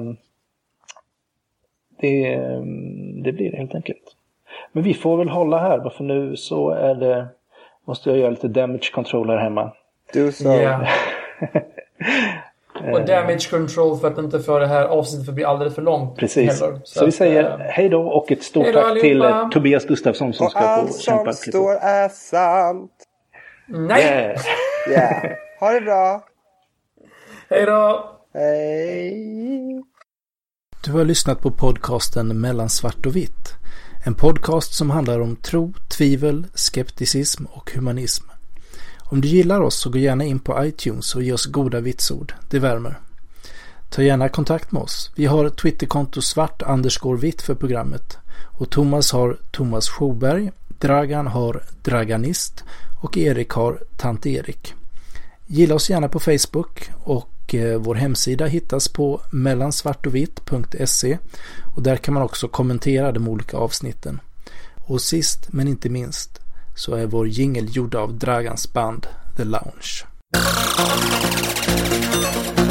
Speaker 2: det, det blir det helt enkelt. Men vi får väl hålla här, för nu så är det, måste jag göra lite damage control här hemma.
Speaker 4: Du så.
Speaker 3: Yeah. Och damage control för att inte få det här avsnittet för att bli alldeles för långt.
Speaker 2: Precis. Heller. Så, så vi säger äh, hej då och ett stort tack allihopa. till uh, Tobias Gustafsson som och ska få kämpa.
Speaker 4: Och allt som står är sant.
Speaker 3: Nej!
Speaker 2: Yeah.
Speaker 4: Yeah. Ha det bra.
Speaker 3: Hej då!
Speaker 4: Hej!
Speaker 2: Du har lyssnat på podcasten Mellan svart och vitt. En podcast som handlar om tro, tvivel, skepticism och humanism. Om du gillar oss så gå gärna in på iTunes och ge oss goda vitsord. Det värmer. Ta gärna kontakt med oss. Vi har Twitterkonto svart underscore vitt för programmet. Och Thomas har Thomas Sjoberg, Dragan har Draganist och Erik har Tant Erik. Gilla oss gärna på Facebook och eh, vår hemsida hittas på mellansvartovitt punkt se och där kan man också kommentera de olika avsnitten. Och sist men inte minst så är vår jingle gjord av Dragans band The Lounge.